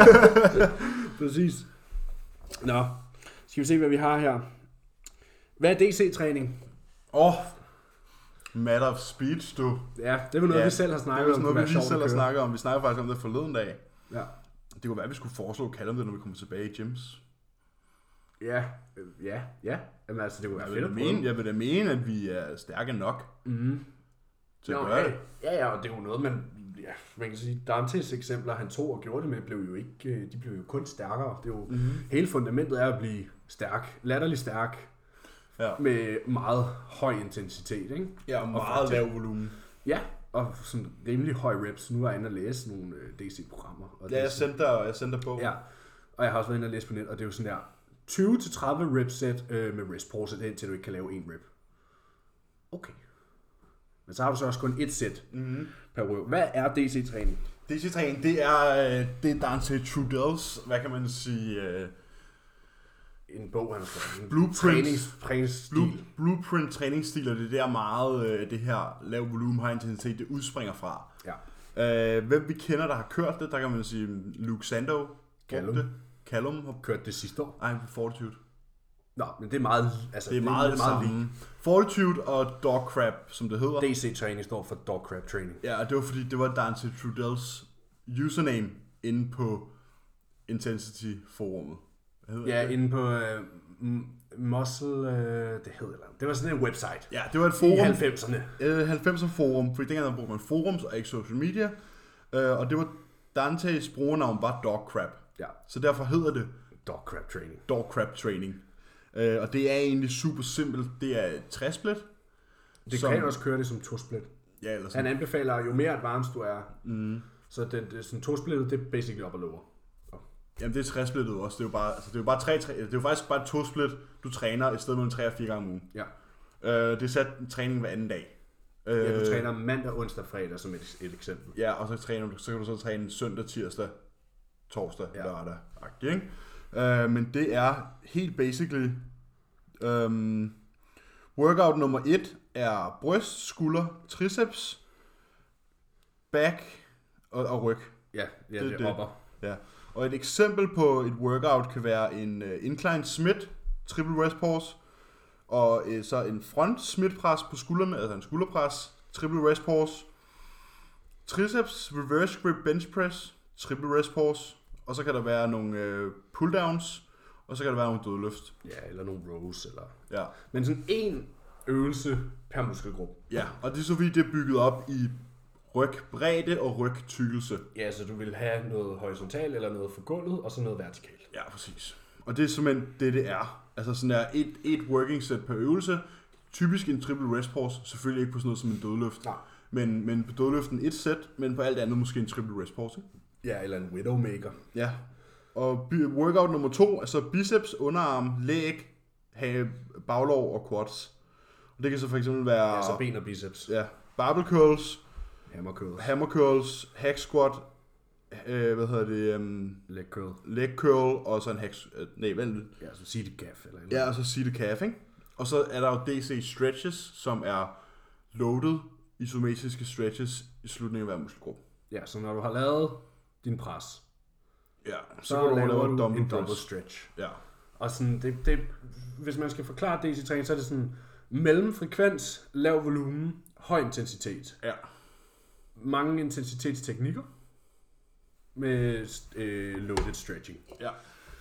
S1: Præcis. Nå, skal vi se, hvad vi har her. Hvad er D C-træning?
S2: Åh, oh, matter of speech, du.
S1: Ja, det var noget,
S2: ja,
S1: vi selv har snakket om.
S2: Det var noget, vi lige selv har snakket om. Vi snakkede faktisk om det forleden dag.
S1: Ja.
S2: Det kunne være, at vi skulle foreslå at kalde om det, når vi kommer tilbage i gyms.
S1: Ja, ja, ja. Jamen altså, det kunne være
S2: jeg
S1: fedt at
S2: mene, Jeg vil da mene, at vi er stærke nok
S1: mm-hmm.
S2: til at
S1: Nå,
S2: gøre
S1: ja,
S2: det.
S1: Ja, ja, og det er jo noget, man, ja, man kan sige, Dantes eksempler, han tog og gjorde det med, blev jo ikke, de blev jo kun stærkere. Det er jo, mm-hmm. hele fundamentet er at blive stærk, latterlig stærk, ja. Med meget høj intensitet, ikke?
S2: Ja, og meget og lav volumen.
S1: Ja, og sådan rimelig høj reps. Nu er jeg inde og læse nogle D C-programmer. Og
S2: ja, jeg sendte dig, jeg sendte dig på.
S1: Ja, og jeg har også været inde og læse på net, og det er jo sådan der tyve til tredive rep set øh, med wrist pause, indtil du ikke kan lave en rep. Okay. Men så har du så også kun et sæt mm-hmm. per røv. Hvad er D C-træning?
S2: D C-træning, det er, det er Dante Trudells, hvad kan man sige... Øh,
S1: en bog, han har skrevet. En
S2: Blueprint,
S1: trænings, træningsstil.
S2: Blue, blueprint træningsstil, og det er der meget øh, det her lav volumen, høj intensitet, det udspringer fra. Ja. Øh, hvem vi kender, der har kørt det, der kan man sige Luke Sando.
S1: Callum.
S2: Det. Callum har
S1: kørt det sidste år.
S2: Ej, på Fortitude.
S1: Nå, men det er meget... Altså,
S2: det er meget det, det meget samme. Fortitude og Dog Crab, som det hedder.
S1: D C-træning står for Dog Crab Training.
S2: Ja, og det var fordi, det var Dante Trudells username inde på Intensity-forumet.
S1: Ja, det? Inde på uh, Muscle... Uh, det hedder det. Det var sådan en website.
S2: Ja, det var et forum.
S1: I halvfemserne.
S2: Uh, halvfemserne forum, fordi dengang brugte man forums og ikke social media. Uh, og det var Dantes brugernavn var Dog Crab. Ja. Så derfor hedder det
S1: Dog Crab Training.
S2: Dog Crab Training. Uh, og det er egentlig super simpelt. Det er et tre-split.
S1: Det som, kan også køre det som to-split.
S2: Ja, eller sådan.
S1: Han anbefaler, jo mere advanced du er, mm. så det, det, sådan to-splittet, det er basically op og lower.
S2: Jamen det er tre-splittet også. Det er jo bare, altså, det er jo bare tre, tre, det er jo faktisk bare et to-split, du træner i stedet mellem tre og fire gange om ugen. Ja. Uh, det er sat træning hver anden dag. Uh,
S1: ja, du træner mandag, onsdag, fredag som et, et eksempel.
S2: Ja, og så træner du, så kan du så træne søndag, tirsdag, torsdag, ja. lørdag. Ikke? Uh, men det er helt basically um, workout nummer et er bryst, skulder, triceps, back og, og ryg.
S1: Ja, ja det, det er hopper.
S2: Ja. Og Og et eksempel på et workout kan være en uh, incline Smith, triple rest pause, og uh, så en front Smith pres på skuldrene, altså en skulderpres, triple rest pause, triceps reverse grip bench press, triple rest pause, og så kan der være nogle uh, pull downs, og så kan der være nogle dødløft.
S1: Ja, eller nogle rows, eller...
S2: Ja.
S1: Men sådan en øvelse per muskelgruppe.
S2: Ja, og det er så fordi, det er bygget op i rygbredde og rygtykkelse.
S1: Ja, så du vil have noget horisontalt eller noget for gulvet, og så noget vertikalt.
S2: Ja, præcis. Og det er simpelthen det, det er. Altså sådan der et, et working set per øvelse. Typisk en triple rest pause. Selvfølgelig ikke på sådan noget som en dødløft.
S1: Nej.
S2: Men, men på dødløften et sæt, men på alt andet måske en triple rest pause.
S1: Ja, eller en widowmaker.
S2: Ja. Og workout nummer to, altså biceps, underarm, læg, have, baglov og quads. Og det kan så for eksempel være...
S1: Ja, så ben og biceps.
S2: Ja, barbell curls,
S1: Hammer curls.
S2: hammer curls, hack squat, øh, hvad hedder det, um,
S1: Leg curl.
S2: leg curl, og så en hack, øh, nej, vent lidt.
S1: Ja, så seated calf. Eller
S2: Ja, og så seated calf, ikke? Og så er der jo D C stretches, som er loaded isometriske stretches i slutningen af hver muskelgruppe.
S1: Ja, så når du har lavet din pres,
S2: Ja, så,
S1: så,
S2: så kan du
S1: laver
S2: lave
S1: du
S2: et dumbbell
S1: en double
S2: press.
S1: stretch.
S2: Ja.
S1: Og sådan, det, det, hvis man skal forklare D C-træning, så er det sådan mellemfrekvens, lav volumen, høj intensitet.
S2: Ja.
S1: Mange intensitetsteknikker med øh, loaded stretching.
S2: Ja.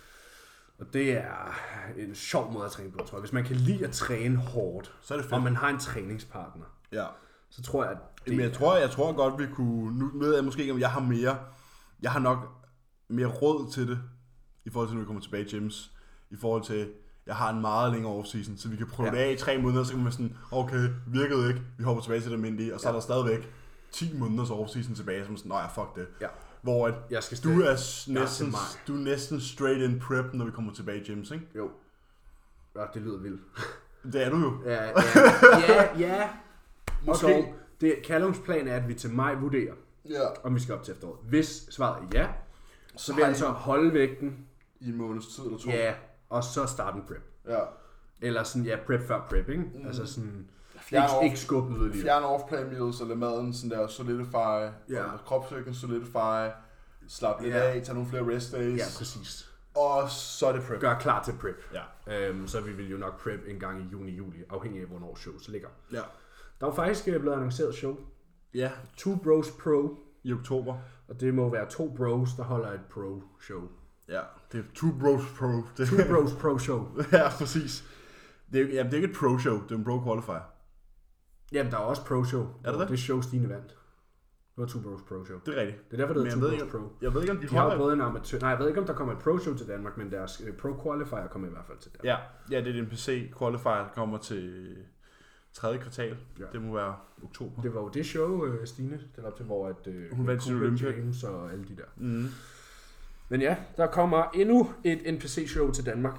S1: Og det er en sjov måde at træne på, tror jeg. Hvis man kan lide at træne hårdt,
S2: Så er det fedt.
S1: og man har en træningspartner,
S2: Ja.
S1: så tror jeg, at det
S2: Men jeg tror, jeg tror godt, vi kunne... Nu ved jeg måske ikke, om jeg har mere... Jeg har nok mere råd til det, i forhold til, når vi kommer tilbage i gyms. I forhold til, jeg har en meget længere off-season, så vi kan prøve
S1: Ja.
S2: det af i tre måneder, så kan man sådan, okay, virkede ikke, vi hopper tilbage til det almindelige, og så
S1: Ja.
S2: er der stadigvæk ti måneders off-season tilbage, som sådan, nej, fuck det.
S1: Ja.
S2: Hvor at
S1: Jeg skal
S2: du
S1: stadig-
S2: er, s-
S1: Jeg er
S2: næsten,
S1: til maj.
S2: du er næsten straight in prep, når vi kommer tilbage i gyms, ikke?
S1: Jo. Ja, det lyder vildt.
S2: Det er du jo.
S1: Ja, ja, ja, ja.
S2: Måske.
S1: Så det, Callums plan er, at vi til maj vurderer,
S2: Ja.
S1: om vi skal op til efteråret. Hvis svaret er ja, så
S2: Så
S1: vil
S2: har
S1: han
S2: I-
S1: så holde vægten,
S2: I en måneds tid eller to.
S1: ja, og så starte en prep.
S2: Ja.
S1: Eller sådan, ja, prep før prep, ikke? Mm. Altså sådan,
S2: Fjern
S1: ikke,
S2: off-
S1: ikke skubbe yderligere.
S2: Fjern off-plan meals, og lad maden sådan der solidify,
S1: Ja.
S2: og kropsvægten solidify, slap lidt
S1: Ja.
S2: af, tag nogle flere rest days,
S1: Ja, præcis.
S2: og så er det prep.
S1: Gør klar til prep.
S2: Ja.
S1: Øhm, så vi vil jo nok prep en gang i juni-juli, afhængig af, hvornår shows ligger.
S2: Ja.
S1: Der er jo faktisk øh, blevet annonceret show.
S2: Ja,
S1: Two Bros Pro,
S2: i oktober.
S1: og det må være to bros, der holder et pro-show.
S2: Ja, det er Two Bros Pro. Det,
S1: Two Bros Pro-show.
S2: ja, præcis. Det er, jo- jamen, det er ikke et pro-show, det er en pro-qualifier.
S1: Jamen, der er også pro-show.
S2: Er der det?
S1: Det show, Stine vandt. Det var Two Bros Pro-show.
S2: Det er rigtigt.
S1: Det er derfor, det
S2: Men
S1: hedder
S2: jeg
S1: Two
S2: ved
S1: Bros
S2: ikke,
S1: Pro.
S2: Jeg ved ikke, om de,
S1: De har jo
S2: holder...
S1: både en amatør... Nej, jeg ved ikke, om der kommer et pro-show til Danmark, men deres øh, pro-qualifier kommer i hvert fald til Danmark.
S2: Ja, ja, det er en P C qualifier, der kommer til tredje kvartal.
S1: Ja.
S2: Det må være oktober.
S1: Det var jo det show, øh, Stine, det op til, hvor at, øh,
S2: Hun vandt til
S1: Cooper
S2: Olympia.
S1: James og alle de der.
S2: Mm.
S1: Men ja, der kommer endnu et N P C-show til Danmark.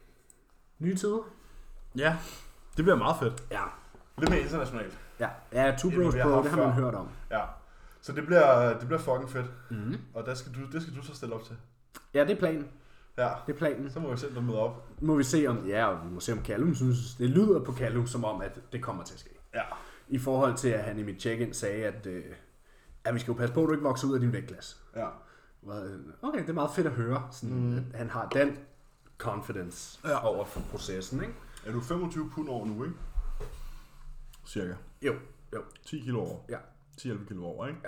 S1: Nye tider.
S2: Ja, det bliver meget fedt.
S1: Ja.
S2: Lidt mere internationalt.
S1: Ja, ja Two
S2: Endnu
S1: Bros
S2: vi har
S1: Pro,
S2: haft
S1: det har man
S2: før.
S1: hørt om.
S2: Ja. Så det bliver, det bliver fucking fedt.
S1: Mm-hmm.
S2: Og der skal du, det skal du så stille op til.
S1: Ja, det er planen.
S2: Ja.
S1: Det er planen.
S2: Så må vi se, om du møder op.
S1: Må vi se om, ja, og vi må se om Callum synes, det lyder på Callum som om, at det kommer til at ske.
S2: Ja.
S1: I forhold til, at han i mit check-in sagde, at, øh, at vi skal jo passe på, at du ikke vokser ud af din vægtklasse.
S2: Ja.
S1: Okay, det er meget fedt at høre, sådan,
S2: Mm.
S1: at han har den confidence
S2: Ja.
S1: over for processen, ikke?
S2: Er du femogtyve pund over nu, ikke? Cirka.
S1: Jo, jo.
S2: ti kilo over.
S1: Ja.
S2: ti til elleve kilo over, ikke?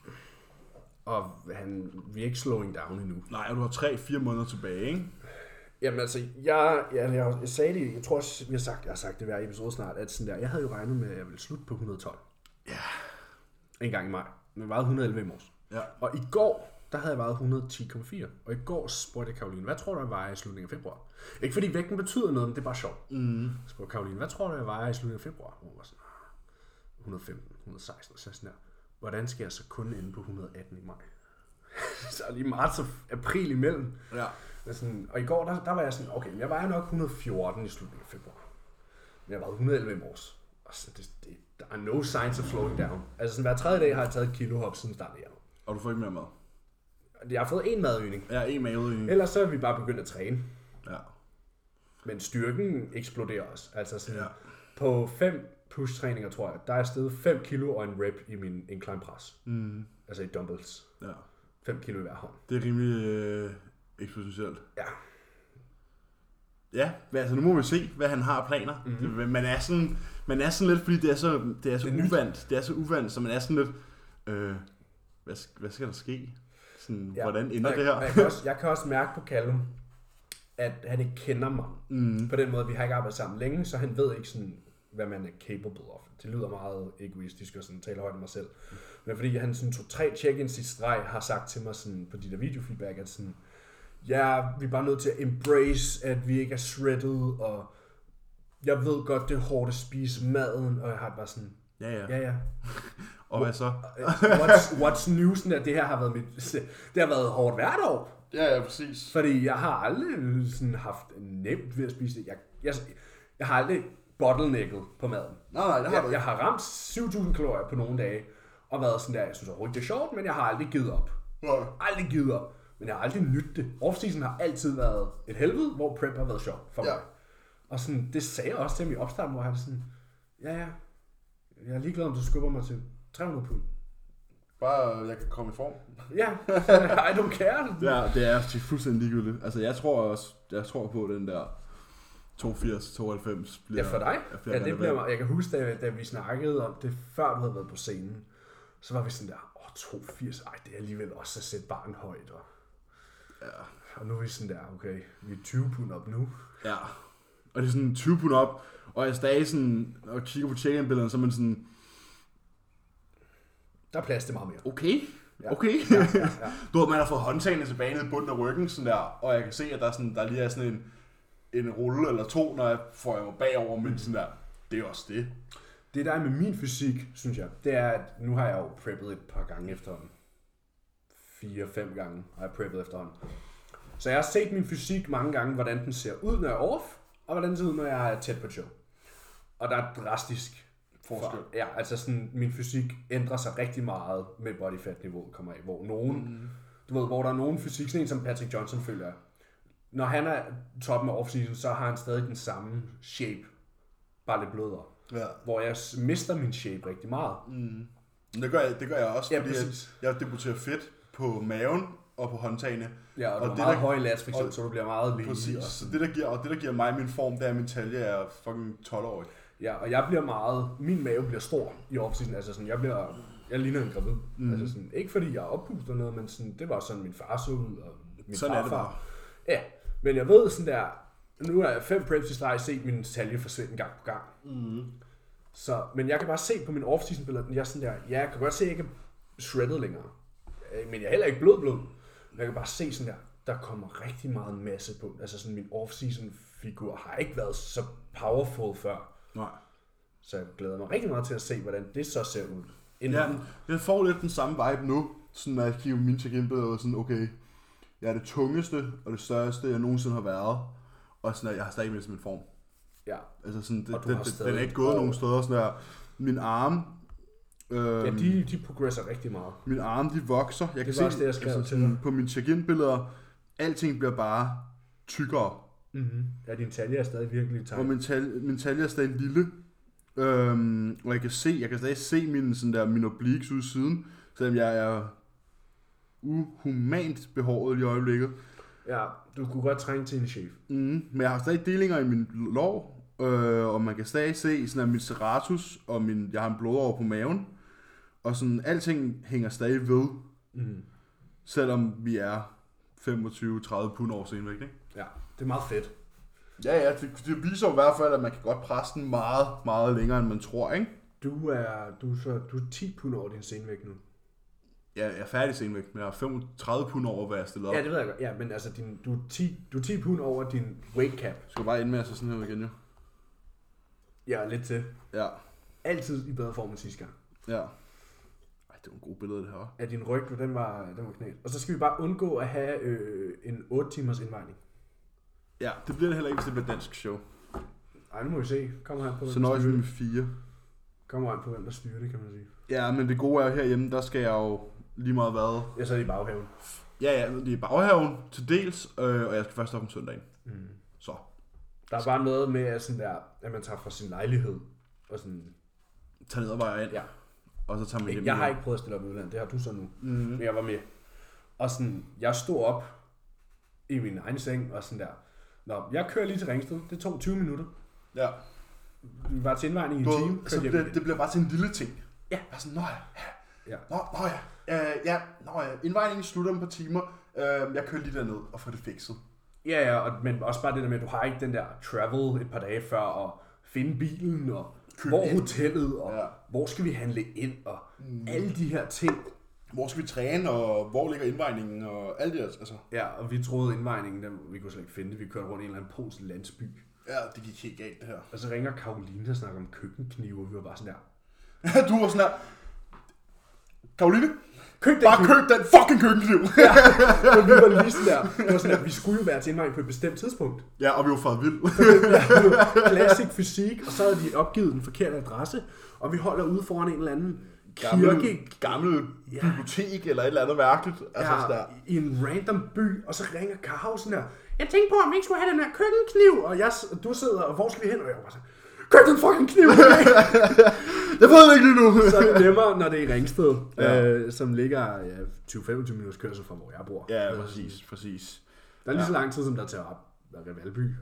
S1: Og han, vi er ikke slowing down endnu.
S2: Nej, og du har tre fire måneder tilbage, ikke?
S1: Jamen altså, jeg, jeg, jeg, jeg sagde det, jeg tror også, vi har sagt, jeg har sagt det hver episode snart, at sådan der, jeg havde jo regnet med, at jeg ville slutte på et hundrede og tolv.
S2: Ja.
S1: En gang i maj. Men jeg vejede et hundrede og elleve i morges.
S2: Ja.
S1: Og i går, der havde jeg vejet et hundrede og ti komma fire. Og i går spurgte jeg Karoline, hvad tror du, jeg vejer i slutningen af februar? Ikke fordi vægten betyder noget, men det er bare sjovt.
S2: Mm.
S1: Jeg spurgte Karoline, hvad tror du, jeg vejer i slutningen af februar? Hun var sådan, "Ah, et hundrede og femten, et hundrede og seksten, og så sådan der. Hvordan skal jeg så kun ende på et hundrede og atten i maj? Så er lige marts og april imellem.
S2: Ja.
S1: Men sådan, og i går, der, der var jeg sådan, okay, men jeg vejer nok et hundrede og fjorten i slutningen af februar. Men jeg vejede et hundrede og elleve i morges. Og så det, det, der er no signs of slowing down. Altså sådan hver tredje dag har jeg taget et kilo hop siden starten af januar.
S2: Og du får ikke mere mad?
S1: Jeg har fået en madøgning.
S2: Ja, en maveøgning.
S1: Ellers så er vi bare begyndt at træne.
S2: Ja.
S1: Men styrken eksploderer også. Altså sådan,
S2: Ja.
S1: på fem push-træninger, tror jeg, der er steget fem kilo og en rep i min incline press.
S2: Mm.
S1: Altså i dumbbells.
S2: Ja.
S1: fem kilo i hver hånd.
S2: Det er rimelig øh, eksponentielt.
S1: Ja.
S2: Ja, men altså nu må vi se, hvad han har af planer.
S1: Mm-hmm.
S2: Det, man, er sådan, man er sådan lidt, fordi det er så, det er så
S1: det er
S2: uvandt. Det er så uvandt, så man er sådan lidt, øh, hvad, hvad skal der ske? Sådan, ja. Hvordan ender
S1: jeg,
S2: det her?
S1: Jeg kan, også, jeg kan også mærke på Callum, at han ikke kender mig. Mm. På den måde, vi har ikke arbejdet sammen længe, så han ved ikke sådan, hvad man er capable of. Det lyder meget egoistisk og sådan taler højt om mig selv. Mm. Men fordi han sådan to-tre check-ins i streg har sagt til mig sådan, på de der videofeedback, at sådan, ja, vi er bare nødt til at embrace, at vi ikke er shredded, og jeg ved godt, det er hårdt at spise maden, og jeg har bare sådan,
S2: ja, ja.
S1: ja, ja.
S2: Og hvad så?
S1: what's, what's new, sådan at det her har været mit, det har været hårdt hvert år.
S2: Ja, ja, præcis.
S1: Fordi jeg har aldrig sådan haft nemt ved at spise det. Jeg, jeg, jeg har aldrig bottlenecket på maden.
S2: Nej, nej, det har
S1: jeg,
S2: du ikke.
S1: Jeg har ramt syv tusind kalorier på nogle dage, og været sådan der, jeg synes overhovedet det er sjovt, men jeg har aldrig givet op.
S2: Ja.
S1: Aldrig givet op. Men jeg har aldrig nydt det. Off-season har altid været et helvede, hvor prep har været sjov for mig. Ja. Og sådan, det sagde jeg også til mig i opstarten, hvor jeg var sådan, ja ja, jeg er ligeglad, om du skubber mig til tre hundrede pund.
S2: Bare, jeg kan komme i form.
S1: Ja, I don't care.
S2: Ja, det er fuldstændig ligegyldigt. Altså, jeg tror også, jeg tror på den der toogfirs tooghalvfems bliver...
S1: Ja, for dig? Ja, det bliver, jeg kan huske, da, da vi snakkede om det, før du havde været på scenen, så var vi sådan der, åh, toogfirs, ej, det er alligevel også at sætte barn højt. Og, ja. Og nu er vi sådan der, okay, vi er tyve pund op nu.
S2: Ja, og det er sådan tyve pund op, og jeg er stadig sådan, og kigger på check-in-billederne, så er man sådan...
S1: Der er plads til meget mere.
S2: Okay,
S1: ja.
S2: okay.
S1: Ja, ja, ja.
S2: Du har man har fået håndtagene tilbage nede i bunden af ryggen, sådan der, og jeg kan se, at der, er sådan, der lige er sådan en, en rulle eller to, når jeg får jeg mig bagover, men sådan der, det er også det.
S1: Det der er med min fysik, synes jeg, det er, at nu har jeg jo preppet et par gange efterhånden. Fire, fem gange har jeg preppet efterhånden. Så jeg har set min fysik mange gange, hvordan den ser ud, når jeg er off, og hvordan den ser ud, når jeg er tæt på show. Og der er drastisk forskel. For, ja, altså sådan, min fysik ændrer sig rigtig meget med body fat niveauet kommer af, hvor nogen, mm. du ved, hvor der er nogen fysik, sådan en som Patrick Johnson føler jeg. Når han er toppen af off-season, så har han stadig den samme shape, bare lidt blødere. Ja. Hvor jeg mister min shape rigtig meget.
S2: Mm. Det gør jeg, det gør jeg også,
S1: ja,
S2: fordi jeg, jeg debuterer fedt på maven og på håndtagene.
S1: Ja, og, og du
S2: det,
S1: er meget
S2: der,
S1: høj lats, for eksempel, så du bliver meget lige.
S2: Præcis, og så det der, giver, og det der giver mig min form, det er, at min talje er fucking tolv-årig.
S1: Ja, og jeg bliver meget, min mave bliver stor i off-season, altså sådan, jeg bliver, jeg ligner en gravid. Mm. Altså sådan, ikke fordi jeg er oppustet eller noget, men sådan, det var sådan min far så ud, og min
S2: sådan
S1: farfar.
S2: Er det bare.
S1: Ja, men jeg ved sådan der, nu er jeg fem preps i streg set min talje forsvinde gang på gang. Mm. Så, men jeg kan bare se på min off-season billeder, jeg er sådan der, ja, jeg kan godt se, at jeg ikke er shredded længere. Men jeg er heller ikke blød blød. Men jeg kan bare se sådan der, der kommer rigtig meget masse på. Altså sådan min off-season figur har ikke været så powerful før.
S2: Nej.
S1: Så jeg glæder mig rigtig meget til at se, hvordan det så ser ud.
S2: Ja, jeg får lidt den samme vibe nu, sådan når jeg kigger på mine check-in-billeder, og sådan, okay, jeg er det tungeste og det største, jeg nogensinde har været, og sådan, at jeg har stadig mistet min form.
S1: Ja.
S2: Altså sådan, det, det, det, den er ikke gået nogen steder, sådan der, min arm,
S1: øhm, ja, de, de progresser rigtig meget.
S2: Min arm, de vokser, jeg
S1: det
S2: kan
S1: var
S2: se,
S1: det, jeg skrev
S2: altså,
S1: til dig.
S2: På mine check-in-billeder, alting bliver bare tykkere.
S1: Mm-hmm. Ja, din talje er stadig virkelig tight.
S2: Og min talje, min talje er stadig lille. Øhm, og jeg kan se, jeg kan stadig se mine, sådan der, mine obliques ude siden, selvom jeg er uhumant behåret i øjeblikket.
S1: Ja, du kunne godt trænge til en chef.
S2: Mm, men jeg har stadig delinger i min lår, øh, og man kan stadig se sådan at min serratus, og min, jeg har en blodår på maven, og sådan alting hænger stadig ved, mm. selvom vi er femogtyve til tredive pund over senvægt, ikke?
S1: Ja, det er meget fedt.
S2: Ja, ja, det, det viser jo i hvert fald, at man kan godt presse den meget, meget længere, end man tror, ikke?
S1: Du er, du er, så, du er ti pund over din senvægt nu.
S2: Ja, jeg er færdig senvægt, men jeg er femogtredive pund over, hvad jeg stiller op.
S1: Ja, det ved jeg godt. Ja, men altså, din, du, er ti, du er ti pund over din weight cap.
S2: Skal du bare ind med at så sådan her igen, jo?
S1: Ja, lidt til.
S2: Ja.
S1: Altid i bedre form end sidste gang.
S2: Ja. Ej, det var en god billede, det her.
S1: Ja, din ryg, den var, den var knæt. Og så skal vi bare undgå at have øh, en otte timers indvejning.
S2: Ja, det bliver det heller ikke, hvis det bliver dansk show.
S1: Ej, nu må vi se. Kommer han på,
S2: så nøjes vi med fire.
S1: Kommer han på, hvem der styrer det, kan man sige.
S2: Ja, men det gode er jo herhjemme, der skal jeg jo lige meget hvad.
S1: Ja, så er det i baghaven.
S2: Ja, ja, det er i baghaven til dels, øh, og jeg skal først op om søndagen. Mm. Så.
S1: Der er bare noget med, at, sådan der, at man tager fra sin lejlighed og sådan...
S2: Tager ned og vejer ind.
S1: Ja.
S2: Og så tager man hjem.
S1: Jeg har ikke prøvet at stille op i udlandet, det har du så nu. Mm. Men jeg var med. Og sådan, jeg stod op i min egen seng og sådan der. Nå, jeg kører lige til Ringsted. Det tog tyve minutter.
S2: Ja.
S1: Vi var til indvejning i en
S2: Du,
S1: time.
S2: så det, det bliver bare til en lille ting.
S1: Ja.
S2: Jeg er sådan, nå ja.
S1: Ja.
S2: Nå, nå ja. Øh, ja, nå ja. Indvejningen slutter om et par timer. Øh, jeg kører lige derned og får det fikset.
S1: Ja, ja, og, men også bare det der med, at du har ikke den der travel et par dage før, og finde bilen, og Køb hvor ind. Hotellet, og ja. Hvor skal vi handle ind, og mm. alle de her ting.
S2: Hvor skal vi træne, og hvor ligger indvejningen, og alt det altså.
S1: Ja, og vi troede indvejningen, den, vi kunne slet ikke finde det. Vi kørte rundt i en eller anden polsk landsby.
S2: Ja, det gik helt galt det her.
S1: Og så ringer Karoline og snakker om køkkenknive, og vi var bare sådan der.
S2: Du var sådan der. Karoline?
S1: Køb den
S2: bare
S1: kniv.
S2: køb den fucking køkkenkniv.
S1: Ja, og vi var lige sådan der. Det var sådan der, vi skulle jo være til indvejning på et bestemt tidspunkt.
S2: Ja, og vi var faret vild.
S1: Classic fysik, og så havde de opgivet den forkerte adresse, og vi holder ude foran en eller anden
S2: gammel,
S1: kirke.
S2: Gammel ja. Bibliotek eller et eller andet mærkeligt. Altså
S1: ja,
S2: der.
S1: I en random by, og så ringer Karhausen der. Jeg tænkte på, om vi ikke skulle have den her køkkenkniv, og jeg, du sidder, og hvor skal vi hen? Og jeg var bare sådan, køb den fucking kniv!
S2: Jeg ved det ikke lige nu.
S1: Så er det nemmere, når det er i Ringsted, ja. øh, som ligger ja, tyve til femogtyve minutters kørsel fra, hvor jeg bor.
S2: Ja, præcis, præcis.
S1: Der er lige
S2: ja.
S1: så lang tid, som der tager op af Valby.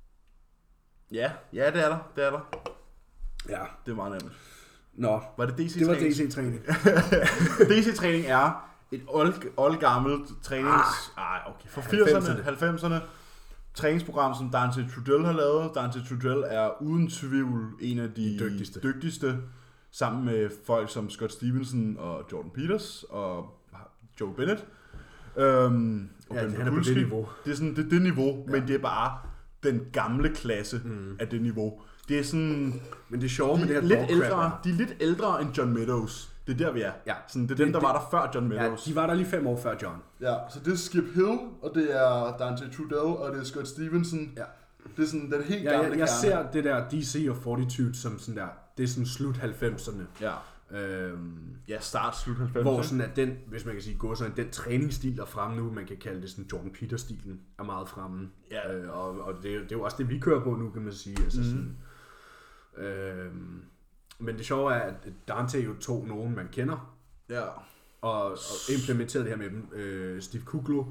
S2: Ja, ja, det er der, det er der.
S1: Ja.
S2: Det er meget nemt.
S1: Nå,
S2: var det D C-træning?
S1: Det var D C-træning.
S2: D C-træning er et old, old gammelt trænings... Ah, okay. For firserne, halvfemserne træningsprogram, som Dante Trudell har lavet. Dante Trudell er uden tvivl en af de, de dygtigste. dygtigste, sammen med folk som Scott Stevenson og Jordan Peters og Joe Bennett. Øhm, og
S1: ja, han er på det niveau.
S2: Det er sådan det, det niveau, ja. Men det er bare den gamle klasse mm. af det niveau. Det er sådan...
S1: Men det er sjovt med det her
S2: lidt ældre, de er lidt ældre end John Meadows. Det er der, vi er.
S1: Ja.
S2: Sådan, det er det, dem, der det, var der før John Meadows.
S1: Ja, de var der lige fem år før John.
S2: Ja, så det er Skip Hill, og det er Dante Trudell, og det er Scott Stevenson. Ja. Det er sådan den helt
S1: ja,
S2: gamle
S1: jeg, jeg ser det der D C og Fortitude som sådan der, det er sådan slut halvfemserne.
S2: Ja.
S1: Øhm,
S2: ja, start slut halvfemserne.
S1: Hvor sådan at den, hvis man kan sige, går sådan den træningsstil der er fremme nu, man kan kalde det sådan Jordan Peters-stilen, er meget fremme.
S2: Ja.
S1: Øh, og og det, det er jo også det, vi kører på nu, kan man sige. Altså, mm. sådan, øhm, men det sjove er, at Dante jo tog nogen, man kender,
S2: ja.
S1: og, og implementerede det her med dem. Øh, Steve Kuglo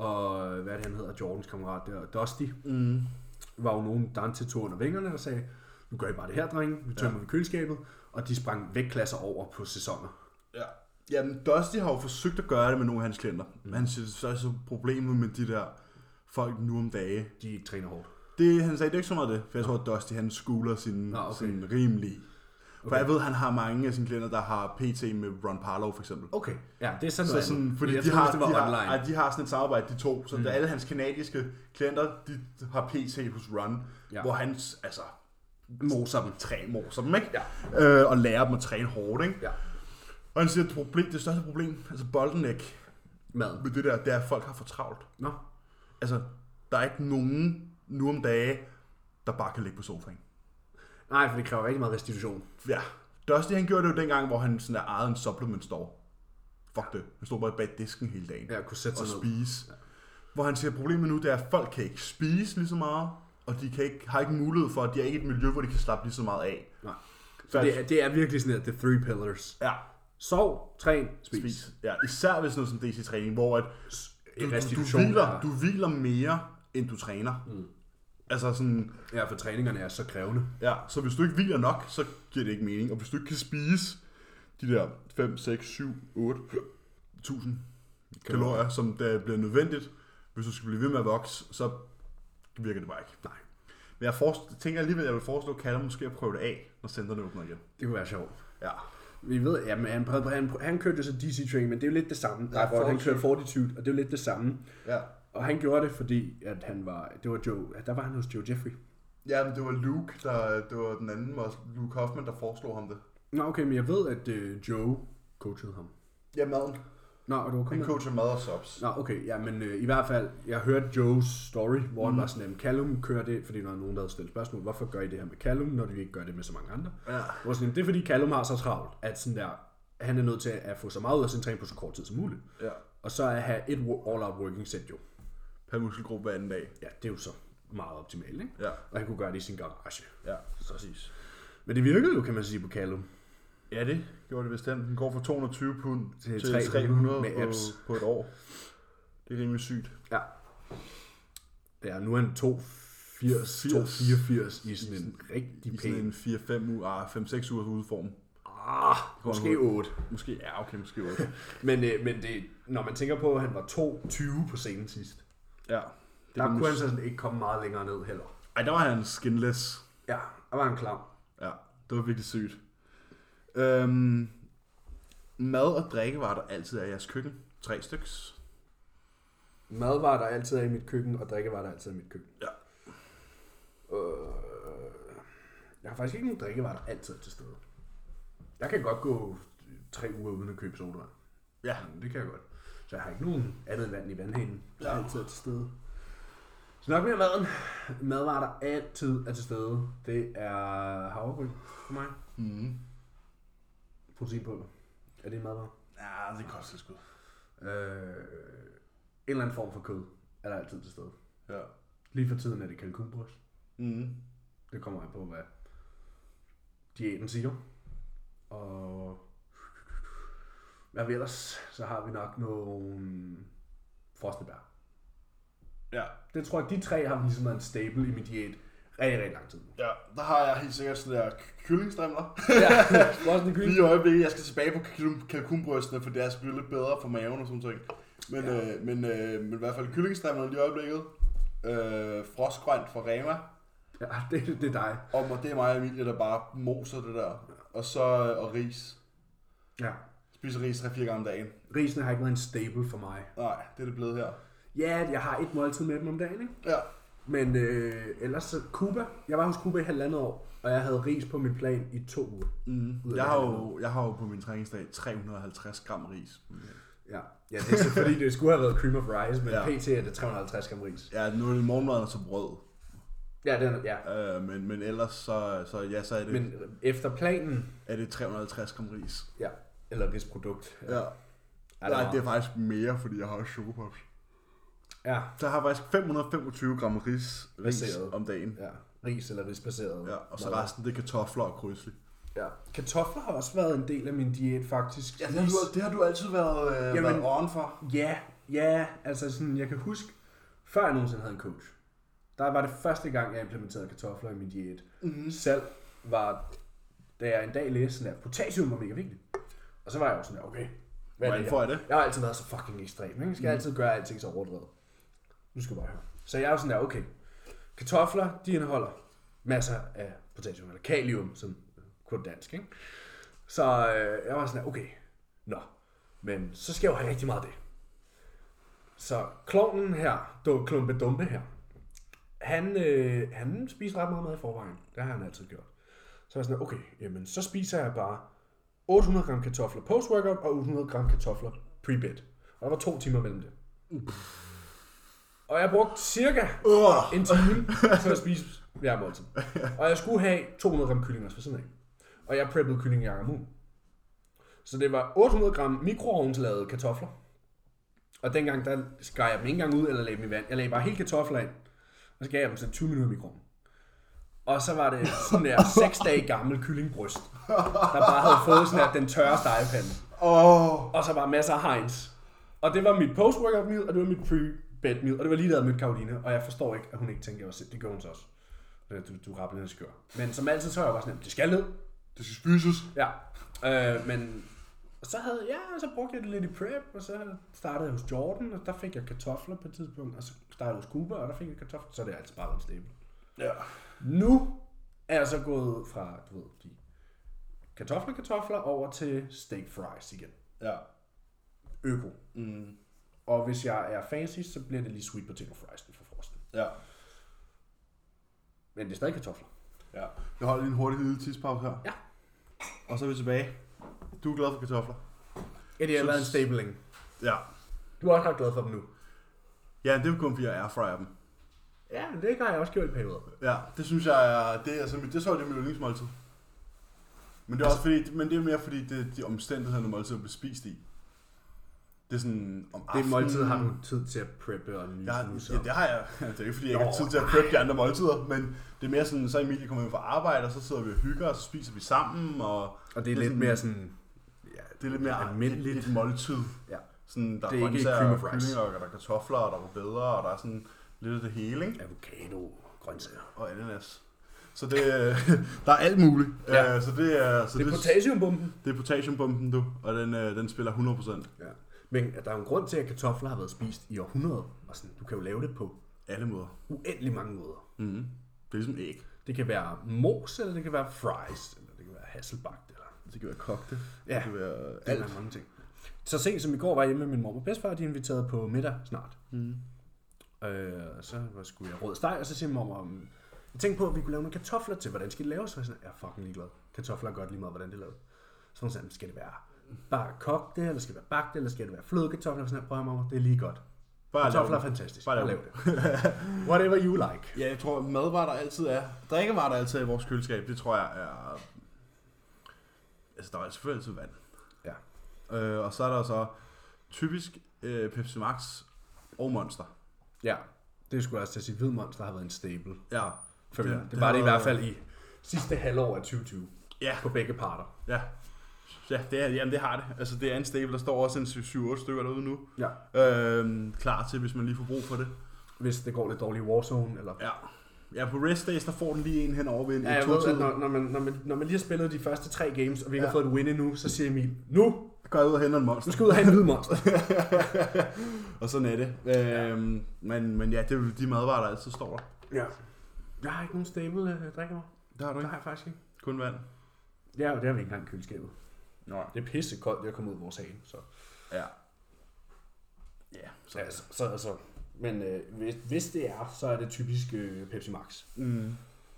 S1: og hvad er det, han hedder, Jordans kammerat der, Dusty,
S2: mm.
S1: var jo nogen, Dante tog under vingerne og sagde, nu gør I bare det her, drenge, vi tømmer ja. ved køleskabet, og de sprang vægtklasser over på sæsoner.
S2: Ja. Jamen, Dusty har jo forsøgt at gøre det med nogle af hans klienter, mm. men han siger, så er så problemet med de der folk nu om dage.
S1: De ikke træner hårdt.
S2: Det, han sagde, det er ikke så meget det, for jeg tror, at Dusty, han skuler sin, ah, okay. sin rimelig. Okay. For jeg ved, han har mange af sine klienter, der har P T med Ron Parlow for eksempel.
S1: Okay, ja, det er sådan
S2: så
S1: noget
S2: sådan, fordi de,
S1: tror,
S2: har,
S1: det
S2: de, har, ej, de har sådan et samarbejde, de to. Så mm. alle hans kanadiske klienter, de har P T hos Ron, ja. Hvor han altså
S1: moser dem.
S2: Træ, moser dem, ikke? Ja. Øh, og lærer dem at træne hårdt, ikke?
S1: Ja.
S2: Og han siger, at det, problem, det største problem, altså bottleneck
S1: Mad.
S2: med det der, det er, at folk har for travlt.
S1: Nå.
S2: Altså, der er ikke nogen nu om dage, der bare kan ligge på sofaen.
S1: Nej, for det kræver rigtig meget restitution.
S2: Ja. Dusty, han gjorde det jo dengang, hvor han sådan der ejede en supplement store. Fuck det. Han stod bare bag disken hele dagen.
S1: Ja, kunne sætte sig
S2: og spise. Ja. Hvor han siger, problemet nu, det er, at folk kan ikke spise lige så meget, og de kan ikke, har ikke mulighed for, at de er ikke et miljø, hvor de kan slappe lige så meget af.
S1: Nej. Så det er, det er virkelig sådan, at the three pillars.
S2: Ja.
S1: Sov, træn, spis. spis.
S2: Ja, især hvis noget som D C-træning, hvor at du, du, du, hviler, du hviler mere, end du træner. Mm. Altså sådan...
S1: Ja, for træningerne er så krævende.
S2: Ja, så hvis du ikke hviler nok, så giver det ikke mening. Og hvis du ikke kan spise de der fem, seks, syv, otte tusind kalorier, som der bliver nødvendigt, hvis du skal blive ved med at vokse, så virker det bare ikke.
S1: Nej.
S2: Men jeg forst- tænker alligevel, at jeg vil foreslå Callum måske at prøve det af, når centerne åbner igen.
S1: Det kunne være sjovt.
S2: Ja.
S1: Vi ved, ja, han, han, han kørte så D C-training, men det er jo lidt det samme. Ja, for han kørte Fortitude, og det er jo lidt det samme.
S2: Ja.
S1: Og han gjorde det, fordi at han var, det var Joe, der var han hos Joe Jeffrey.
S2: Ja, men det var Luke, der, det var den anden, Luke Hoffman, der foreslog ham det.
S1: Nå, okay, men jeg ved, at uh, Joe coachede ham.
S2: Ja, maden.
S1: Nå, og du var
S2: han coacher mad og subs.
S1: Nå, okay, ja, men øh, i hvert fald, jeg hørte Joes story, hvor mm. han var sådan, at Callum kører det, fordi der er nogen, der havde stillet spørgsmål, hvorfor gør I det her med Callum, når vi ikke gør det med så mange andre?
S2: Ja.
S1: Hvor sådan, det er fordi Callum har så travlt, at sådan der, han er nødt til at få så meget ud af sin træning på så kort tid som muligt.
S2: Ja.
S1: Og så at have et all-out working set jo.
S2: Per muskelgruppe hver anden dag.
S1: Ja, det er jo så meget optimalt, ikke?
S2: Ja.
S1: Og han kunne gøre det i sin garage.
S2: Ja, præcis.
S1: Men det virkede jo, kan man sige, på Callum.
S2: Ja, det gjorde det bestemt. Den går fra to hundrede og tyve pund
S1: til,
S2: til tre hundrede
S1: med
S2: på,
S1: abs.
S2: på et år. Det er rimelig sygt.
S1: Ja. Ja, nu er han to firs, to fireogfirs i sådan en rigtig
S2: I sådan
S1: pæn.
S2: en fire fem uger, fem seks ugers udform.
S1: Ah, måske otte.
S2: Måske, ja, okay, måske otte.
S1: men, øh, men det, når man tænker på, at han var to tyve på scenen sidst,
S2: Ja. Det
S1: der kunne han så sådan ikke komme meget længere ned heller.
S2: Ej, der var han skinless.
S1: Ja, der var han klar.
S2: Ja, det var virkelig sygt. Øhm, mad og drikkevarer, der altid er i jeres køkken. Tre styks.
S1: Madvarer, der altid er i mit køkken, og drikkevarer, der altid er i mit køkken.
S2: Ja.
S1: Øh, jeg har faktisk ikke nogen drikkevarer, der altid er til stede. Jeg kan godt gå tre uger uden at købe sodavand.
S2: Ja.
S1: Det kan jeg godt. Så jeg har ikke nogen andet vand i vandhænden, der
S2: Ja.
S1: altid er til stede. Så nok mere maden. Madvarer, der altid er til stede, det er havregryn for mig.
S2: Mm.
S1: Proteinpulver. Er det en madvarer?
S2: Ja, det koster sgu.
S1: Øh, en eller anden form for kød er der altid til stede.
S2: Ja.
S1: Lige for tiden er det kalkunbryst.
S2: Mm.
S1: Det kommer an på, hvad diæten siger. Og hvad vi ellers, så har vi nok nogle frosne bær.
S2: Ja.
S1: Det tror jeg, de tre har ligesom været en staple i min diæt rigtig, rigtig lang tid.
S2: Ja, der har jeg helt sikkert sådan der kyllingstrimler.
S1: Ja, frosne kylling.
S2: Lige i øjeblikket, jeg skal tilbage på kalkun- kalkunbrystene, for det er selvfølgelig lidt bedre for maven og sådan noget. Men,
S1: Ja.
S2: øh, men, øh, men i hvert fald kyllingstrimler lige i øjeblikket. Øh, frostgrønt fra Rema.
S1: Ja, det, det er dig.
S2: Og det er mig og Emilie, der bare moser det der. Og så og ris.
S1: Ja.
S2: Spiser ris tre fire gange om dagen.
S1: Risen har ikke været en staple for mig.
S2: Nej, det er det blevet her.
S1: Ja, jeg har et måltid med dem om dagen, ikke?
S2: Ja.
S1: Men øh, ellers så Cuba. Jeg var hos Cuba i halvandet år, og jeg havde ris på min plan i to uger.
S2: Mm.
S1: Ud af
S2: Jeg,
S1: det
S2: har
S1: her
S2: jo, jeg har jo på min træningsdag tre hundrede og halvtreds gram ris.
S1: Ja, ja det er så fordi, det skulle have været cream of rice, men
S2: Ja.
S1: pt. Er det tre hundrede og halvtreds gram ris.
S2: Ja, nu er det morgenmaden og så brød.
S1: Ja, den, ja.
S2: Øh, men, men ellers så, så, ja, så er det,
S1: Men efter planen,
S2: er det tre hundrede og halvtreds gram ris.
S1: ja, eller risprodukt.
S2: Ja.
S1: Er
S2: Nej, det er faktisk mere, fordi jeg har chokopops.
S1: Ja,
S2: Så jeg har faktisk fem hundrede og femogtyve gram ris, ris
S1: Baseret.
S2: om dagen.
S1: ja, ris eller risbaseret.
S2: Ja, og så
S1: mad.
S2: resten det er kartofler og krydsli.
S1: Ja. Kartofler har også været en del af min diæt, faktisk.
S2: Ja, det har du, det har du altid været, øh,
S1: Jamen-
S2: været on for.
S1: Ja, ja, altså sådan, jeg kan huske, før jeg nogensinde havde en coach, der var det første gang, jeg implementerede kartofler i min diæt.
S2: Mm-hmm.
S1: Selv var, da jeg en dag læste sådan, at potasium var mega vigtigt. Og så var jeg jo sådan, okay, hvad er
S2: Hvordan
S1: det
S2: får
S1: her?
S2: jeg det?
S1: Jeg har altid været så fucking ekstrem, ikke? Jeg skal altid gøre alting så overdrevet. Nu skal du bare høre. Så jeg er jo sådan der, okay, kartofler, de indeholder masser af potasium, eller kalium, som kun dansk, ikke? Så øh, jeg var sådan der, okay, nå, men så skal jeg jo have rigtig meget af det. Så klovnen her, du, klumpe dumpe her, han, øh, han spiser ret meget mad i forvejen. Det har han altid gjort. Så jeg var sådan der, okay, jamen så spiser jeg bare otte hundrede gram kartofler post-workout og otte hundrede gram kartofler pre-bed. Og der var to timer mellem det. Og jeg brugte cirka
S2: Uh.
S1: en time til at spise hver måltid. Og jeg skulle have to hundrede gram kylling også for siden af. Og jeg preppede kylling en gang om ugen. Så det var otte hundrede gram mikroovnslavede kartofler. Og dengang, der skar jeg dem ikke engang ud eller lagde dem i vand. Jeg lagde bare hele kartofler ind. Og så gav jeg dem så tyve minutter i mikroovnen. Og så var det sådan der seks dage gammel kyllingbryst, der bare havde fået sådan der den tørre stegepande.
S2: Oh.
S1: Og så var masser af Heinz. Og det var mit post-workout meal, og det var mit pre-bed meal. Og det var lige der, jeg mødte Karoline. Og jeg forstår ikke, at hun ikke tænkte, at jeg var sind. Det gør hun så også. Du, du rappelede og skør. Men som altid, så var jeg bare sådan, det skal ned.
S2: Det skal spises.
S1: Ja. Øh, men så havde ja, så brugte jeg det lidt i prep, og så startede jeg hos Jordan, og der fik jeg kartofler på et tidspunkt, og så startede jeg hos Cuba, og der fik jeg kartofler, så er det altid bare en stable.
S2: Ja.
S1: Nu er jeg så gået fra, du ved, de kartofler, kartofler over til steak fries igen.
S2: Ja.
S1: Øko.
S2: Mm.
S1: Og hvis jeg er fancy, så bliver det lige sweet potato fries for frosten.
S2: Ja.
S1: Men det er stadig kartofler.
S2: Ja. Jeg holder lige en hurtig lille tidspause her.
S1: Ja.
S2: Og så er vi tilbage. Du er glad for kartofler?
S1: Ja, det har
S2: Så-
S1: været en stabling.
S2: Ja.
S1: Du er også ret glad for dem nu.
S2: Ja, det er kun fordi jeg airfryer dem.
S1: Ja, det har jeg også gjort i perioder.
S2: Ja, det synes jeg er, det er altså, det så er det mit yndlingsmåltid. Men det er også fordi, men det er mere fordi, det er de omstændigheder, når måltid bliver spist i. Det er sådan om
S1: Det
S2: aftenen.
S1: måltid har du tid til at preppe og nyse
S2: Ja,
S1: nu, så.
S2: ja, det har jeg. Det er ikke fordi, jeg ikke har
S1: Nå,
S2: tid til at prep de andre måltider, men det er mere sådan, så Emilie kommer hjem fra arbejde, og så sidder vi og hygger, og så spiser vi sammen, og
S1: Og det er
S2: Det er
S1: lidt
S2: sådan-
S1: mere sådan,
S2: ja, det er lidt mere
S1: almindeligt.
S2: et måltid.
S1: Ja.
S2: Sådan, der
S1: Det
S2: er
S1: er ikke
S2: grøntsager,
S1: cream
S2: og
S1: of rice.
S2: kyllinger, og der er kartofler, og der er bedre, og der er sådan lidt af det hele, ikke?
S1: Avocado, grøntsager.
S2: Og ananas. Så det, der er alt muligt.
S1: Ja.
S2: Uh, så det er, så
S1: Det er
S2: det,
S1: potassiumbomben.
S2: det er potassiumbomben, du, og den, uh, den spiller hundrede procent.
S1: Ja. Men der er jo en grund til, at kartofler har været spist i århundreder. Og sådan, du kan jo lave det på
S2: Alle måder.
S1: uendelig mange måder.
S2: Mm-hmm. Det er ligesom æg.
S1: Det kan være mos, eller det kan være fries, eller det kan være hasselbagt, eller
S2: Det kan være kogte.
S1: ja,
S2: Det kan være
S1: det
S2: alt.
S1: er mange ting. Så sent som i går var jeg hjemme med min mor og bedstefar, de er inviteret på middag snart.
S2: Mm.
S1: Øh, så skulle jeg råd steg, og så siger min mor, om jeg tænkte på, at vi kunne lave nogle kartofler til, hvordan skal det laves? Så jeg sådan, jeg er fucking ligeglad. Kartofler er godt lige meget, hvordan det er lavet. Så hun sagde, skal det være bare kogte, eller skal det være bagte, eller skal det være flødekartofler? Og sådan her, prøv at høre, mor, det er lige godt.
S2: Bare
S1: Kartofler er
S2: lav
S1: fantastisk.
S2: Bare
S1: Bare
S2: lav
S1: lav det. Whatever you like.
S2: Ja, jeg tror, madvarer der altid er. Drikkevarer der altid er i vores køleskab, det tror jeg er... Altså, der er selvfølgelig altid vand.
S1: Ja.
S2: Øh, og så er der så typisk øh, Pepsi Max og Monster.
S1: Ja, det skulle jeg også til at sige. Hvid Monster har været en staple.
S2: Ja.
S1: Føler
S2: Det-
S1: det, det,
S2: det
S1: var det i
S2: har-
S1: hvert fald i sidste halvår af tyve tyve.
S2: Ja.
S1: På begge parter.
S2: Ja. Ja, det, er, jamen, det har det. Altså, det er en staple. Der står også en syv otte stykker derude nu.
S1: Ja.
S2: Øh, klar til, hvis man lige får brug for det.
S1: Hvis det går lidt dårligt i Warzone, eller...
S2: Ja. Ja, på rest days, der får den lige en hen over ved en
S1: Ja, jeg
S2: to
S1: ved, at når, når, man, når, man, når man lige har spillet de første tre games, og vi ikke
S2: Ja.
S1: har fået et win endnu, så siger Emil, nu,
S2: går jeg ud og henter en Monster.
S1: du skal ud og have en hvid Monster.
S2: Og sådan er det.
S1: Ja.
S2: Øhm, men, men ja, det er jo de madvarer, der altid står der.
S1: Ja. Jeg har ikke nogen stable uh, drikkevarer.
S2: Det har du
S1: Det
S2: ikke.
S1: har jeg faktisk ikke.
S2: Kun vand.
S1: Ja, og det har vi ikke engang i køleskabet.
S2: Nå.
S1: Det er pisse koldt, det er kommet ud af vores hage, så...
S2: Ja. Ja, så
S1: Ja, så, så altså... Men øh, hvis, hvis det er, så er det typisk øh, Pepsi Max.
S2: Mm.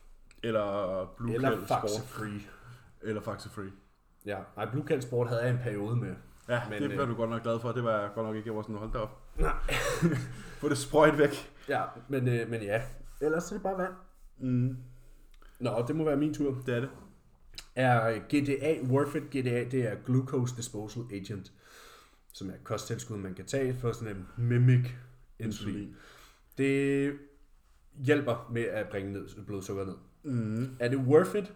S2: Eller Blue
S1: Eller
S2: Cal
S1: Faxe
S2: Sport.
S1: Free.
S2: Eller Faxe Free.
S1: Ja, nej, Blue Cal Sport havde jeg en periode med.
S2: Ja,
S1: Men,
S2: men, det var
S1: øh,
S2: du godt nok glad for. Det var jeg godt nok ikke. Jeg var sådan, hold da op.
S1: Nej.
S2: Få det sprøjt væk.
S1: Ja, men, øh, men ja. Ellers er det bare vand.
S2: Mm.
S1: Nå, det må være min tur.
S2: Det er det.
S1: Er G D A worth it? G D A, det er Glucose Disposal Agent, som er et kosttilskud, man kan tage for sådan en mimic insulin. Det hjælper med at bringe ned, blodsukker ned.
S2: Mm.
S1: Er det worth it?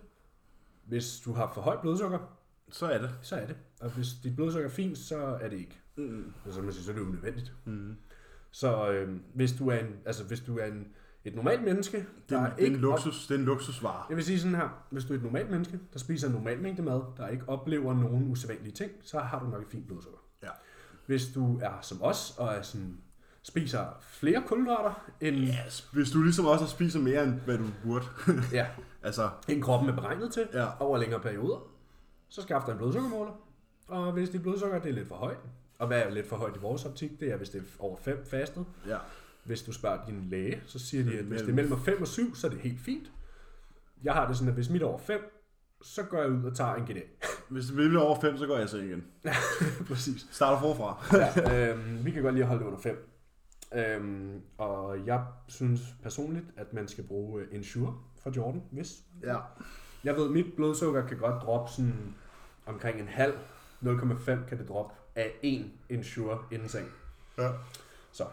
S1: Hvis du har for højt blodsukker,
S2: Så er det.
S1: så er det. Og hvis dit blodsukker er fint, så er det ikke.
S2: Mm.
S1: Altså, man siger, så er det unødvendigt.
S2: Mm.
S1: Så øh, hvis du er, en, altså, hvis du er en, et normalt menneske,
S2: Det,
S1: der
S2: er,
S1: er
S2: det, er en
S1: ikke
S2: luksus, det er en luksusvare.
S1: Jeg vil sige sådan her, hvis du er et normalt menneske, der spiser en normal mængde mad, der ikke oplever nogen usædvanlige ting, så har du nok et fint blodsukker.
S2: Ja.
S1: Hvis du er som os, og er sådan, spiser flere kulhydrater, end,
S2: Yes. Hvis du ligesom også spiser mere, end hvad du burde.
S1: ja,
S2: altså,
S1: end kroppen er beregnet til,
S2: ja.
S1: over længere perioder, så skaff dig en blodsukkermåler. Og hvis dit blodsukker det er lidt for højt, og hvad er lidt for højt i vores optik, det er, hvis det er over fem fastet.
S2: Ja.
S1: Hvis du spørger din læge, så siger de, at hvis det er
S2: Mellem-
S1: mellem fem og syv, så er det helt fint. Jeg har det sådan, at hvis mit er over fem, så går jeg ud og tager en G D A.
S2: Hvis det bliver over fem, så går jeg så igen.
S1: Præcis.
S2: Starter forfra.
S1: Ja, øhm, vi kan godt lige holde det under fem. Øhm, og jeg synes personligt, at man skal bruge uh, Ensure fra Jordan, hvis.
S2: Ja.
S1: Jeg ved, at mit blodsukker kan godt droppe sådan omkring en halv, nul komma fem kan det droppe af en Ensure inden seng.
S2: Ja.
S1: Så,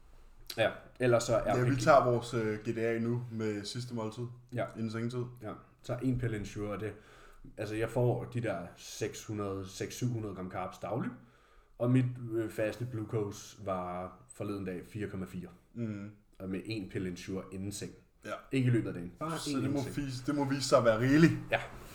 S1: ja, ellers så er
S2: Ja, vi tager vores uh, G D A nu med sidste måltid.
S1: Ja.
S2: Inden sengetid.
S1: Ja, så en pille Ensure, og det, altså jeg får de der seks hundrede til syv hundrede gram carbs dagligt, og mit øh, faste glucose var forleden dag fire komma fire,
S2: Mm.
S1: og med en pille Ensure inden seng.
S2: Ja.
S1: Ikke i løbet af dagen, bare
S2: Så
S1: en
S2: det
S1: inden
S2: må,
S1: seng.
S2: vise, det må vise sig at være rigeligt.
S1: Ja.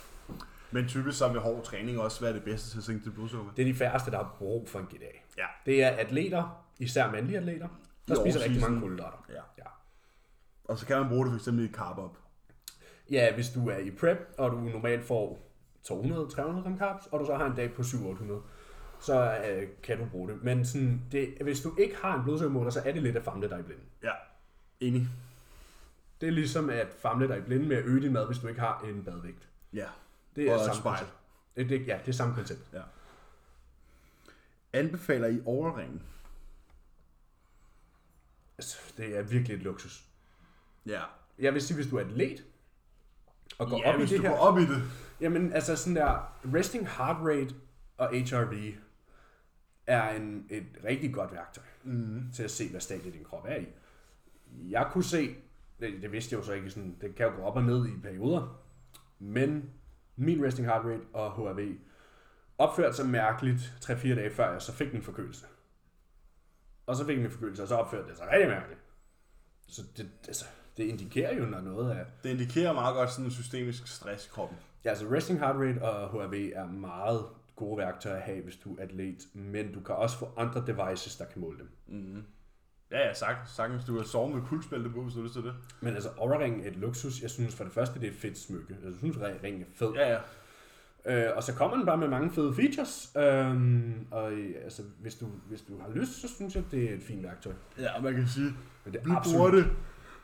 S2: Men typisk så vil hård træning også være det bedste til at sænke dit blodsukker.
S1: Det er de færreste, der har brug for en G D A.
S2: Ja.
S1: Det er atleter, især mandlige atleter, der
S2: I
S1: spiser rigtig
S2: off-season.
S1: mange kulhydrater.
S2: Ja.
S1: Ja.
S2: Og så kan man bruge det for eksempel i carb up.
S1: Ja, hvis du er i prep, og du normalt får to hundrede til tre hundrede gram carbs, og du så har en dag på syv otte hundrede, så øh, kan du bruge det. Men sådan, det, hvis du ikke har en blodsukkermåler, så er det lidt at famle dig i blinden.
S2: Ja. Enig.
S1: Det er ligesom at famle dig i blinden med at øge din mad, hvis du ikke har en badvægt.
S2: Ja.
S1: Det er
S2: Og et
S1: samme
S2: spejl.
S1: koncept. Det, det, ja, det er samme koncept.
S2: Ja. Anbefaler I overringen?
S1: Altså, det er virkelig et luksus.
S2: Ja.
S1: Jeg vil sige, hvis du er atlet, og går
S2: Ja,
S1: op i
S2: hvis
S1: det
S2: du
S1: her...
S2: går op i det.
S1: Jamen, altså sådan der, resting heart rate og H R V er en, et rigtig godt værktøj
S2: Mm.
S1: til at se, hvad stadiet din krop er i. Jeg kunne se, det, det vidste jeg jo så ikke, sådan, det kan jo gå op og ned i perioder, men min resting heart rate og H R V opførte sig mærkeligt tre fire dage før jeg så fik min forkølelse. Og så fik jeg min forkølelse, og så opførte det sig rigtig mærkeligt. Så det, altså, det indikerer jo, når noget af...
S2: Det indikerer meget godt sådan en systemisk stress i kroppen.
S1: Ja, altså resting heart rate og H R V er meget gode værktøjer at have, hvis du er atlet, men du kan også få andre devices, der kan måle dem.
S2: Mm-hmm. Ja, ja, sagtens, sagtens. Du kan sove med pulsbælte på, hvis du har lyst til det.
S1: Men altså, Oura-ringen er et luksus. Jeg synes for det første, det er et fedt smykke. Altså, jeg synes, at ringen er fed.
S2: Ja, ja.
S1: Øh, og så kommer den bare med mange fede features. Øhm, og altså, hvis du, hvis du har lyst, så synes jeg, det er et fint værktøj.
S2: Ja, man kan sige,
S1: men det er
S2: vi
S1: absolut...
S2: bruger det.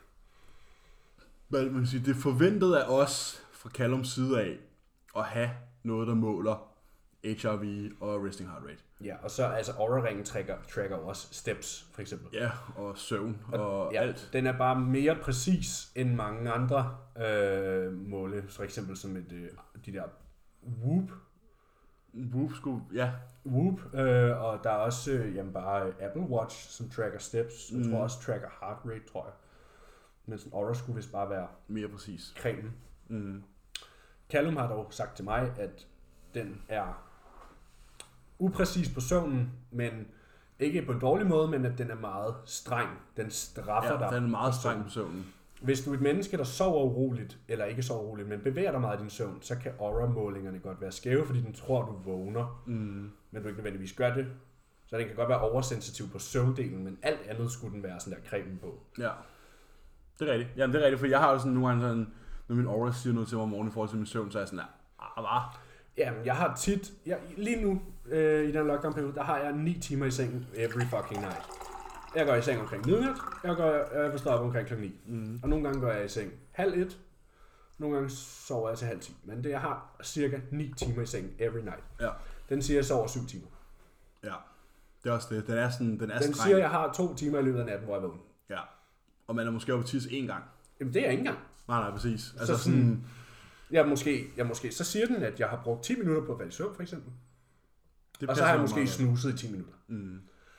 S2: Man kan sige, det er forventet af os fra Callums side af at have noget, der måler H R V og resting heart rate.
S1: Ja, og så altså Oura-ringen tracker, tracker også steps, for eksempel.
S2: Ja, og søvn og, og
S1: ja,
S2: alt.
S1: Den er bare mere præcis end mange andre øh, måle, for eksempel som et, øh, de der Whoop.
S2: Whoop skulle, ja.
S1: Whoop, øh, og der er også øh, jamen bare Apple Watch, som tracker steps. Jeg
S2: Mm.
S1: tror også tracker heart rate, tror jeg. Men sådan Oura skulle vist bare være
S2: Mere præcis.
S1: cremen.
S2: Mm.
S1: Callum har dog sagt til mig, at den er upræcis på søvnen, men ikke på en dårlig måde, men at den er meget streng. Den straffer
S2: Ja,
S1: dig.
S2: den er meget
S1: på
S2: streng
S1: søvnen.
S2: på søvnen.
S1: Hvis du er et menneske, der sover uroligt, eller ikke sover uroligt, men bevæger dig meget i din søvn, så kan Oura-målingerne godt være skæve, fordi den tror, du vågner,
S2: Mm.
S1: men du ikke nødvendigvis gør det. Så den kan godt være oversensitiv på søvndelen, men alt andet skulle den være sådan der cremen på.
S2: Ja, det er rigtigt. Jamen, det er rigtigt, for jeg har jo sådan nogle gange sådan, når min Oura siger noget til mig om morgenen i forhold til min søvn, så er jeg sådan der, ah, hvad?
S1: Jamen, jeg har tit, jeg, lige nu øh, i den lockdown-periode, der har jeg ni timer i sengen every fucking night. Jeg går i seng omkring midnat, jeg går jeg forstår op omkring klokken ni.
S2: Mm.
S1: Og nogle gange går jeg i seng halv et, nogle gange sover jeg til halv ti. Men det, jeg har cirka ni timer i seng every night.
S2: Ja.
S1: Den siger, jeg sover syv timer.
S2: Ja, det er også det. Den er sådan, den er
S1: Den
S2: streng.
S1: siger, jeg har to timer i løbet af natten, hvor jeg vågner.
S2: Ja, og man er måske oppe tis én gang.
S1: Jamen, det er jeg ikke engang.
S2: Nej, nej, præcis. Altså
S1: Så
S2: sådan,
S1: sådan- Jeg måske, jeg måske, så siger den, at jeg har brugt ti minutter på at falde i søvn, for eksempel.
S2: det
S1: Og så har jeg
S2: passer
S1: måske
S2: meget
S1: snuset i ti minutter.
S2: godt. Mm.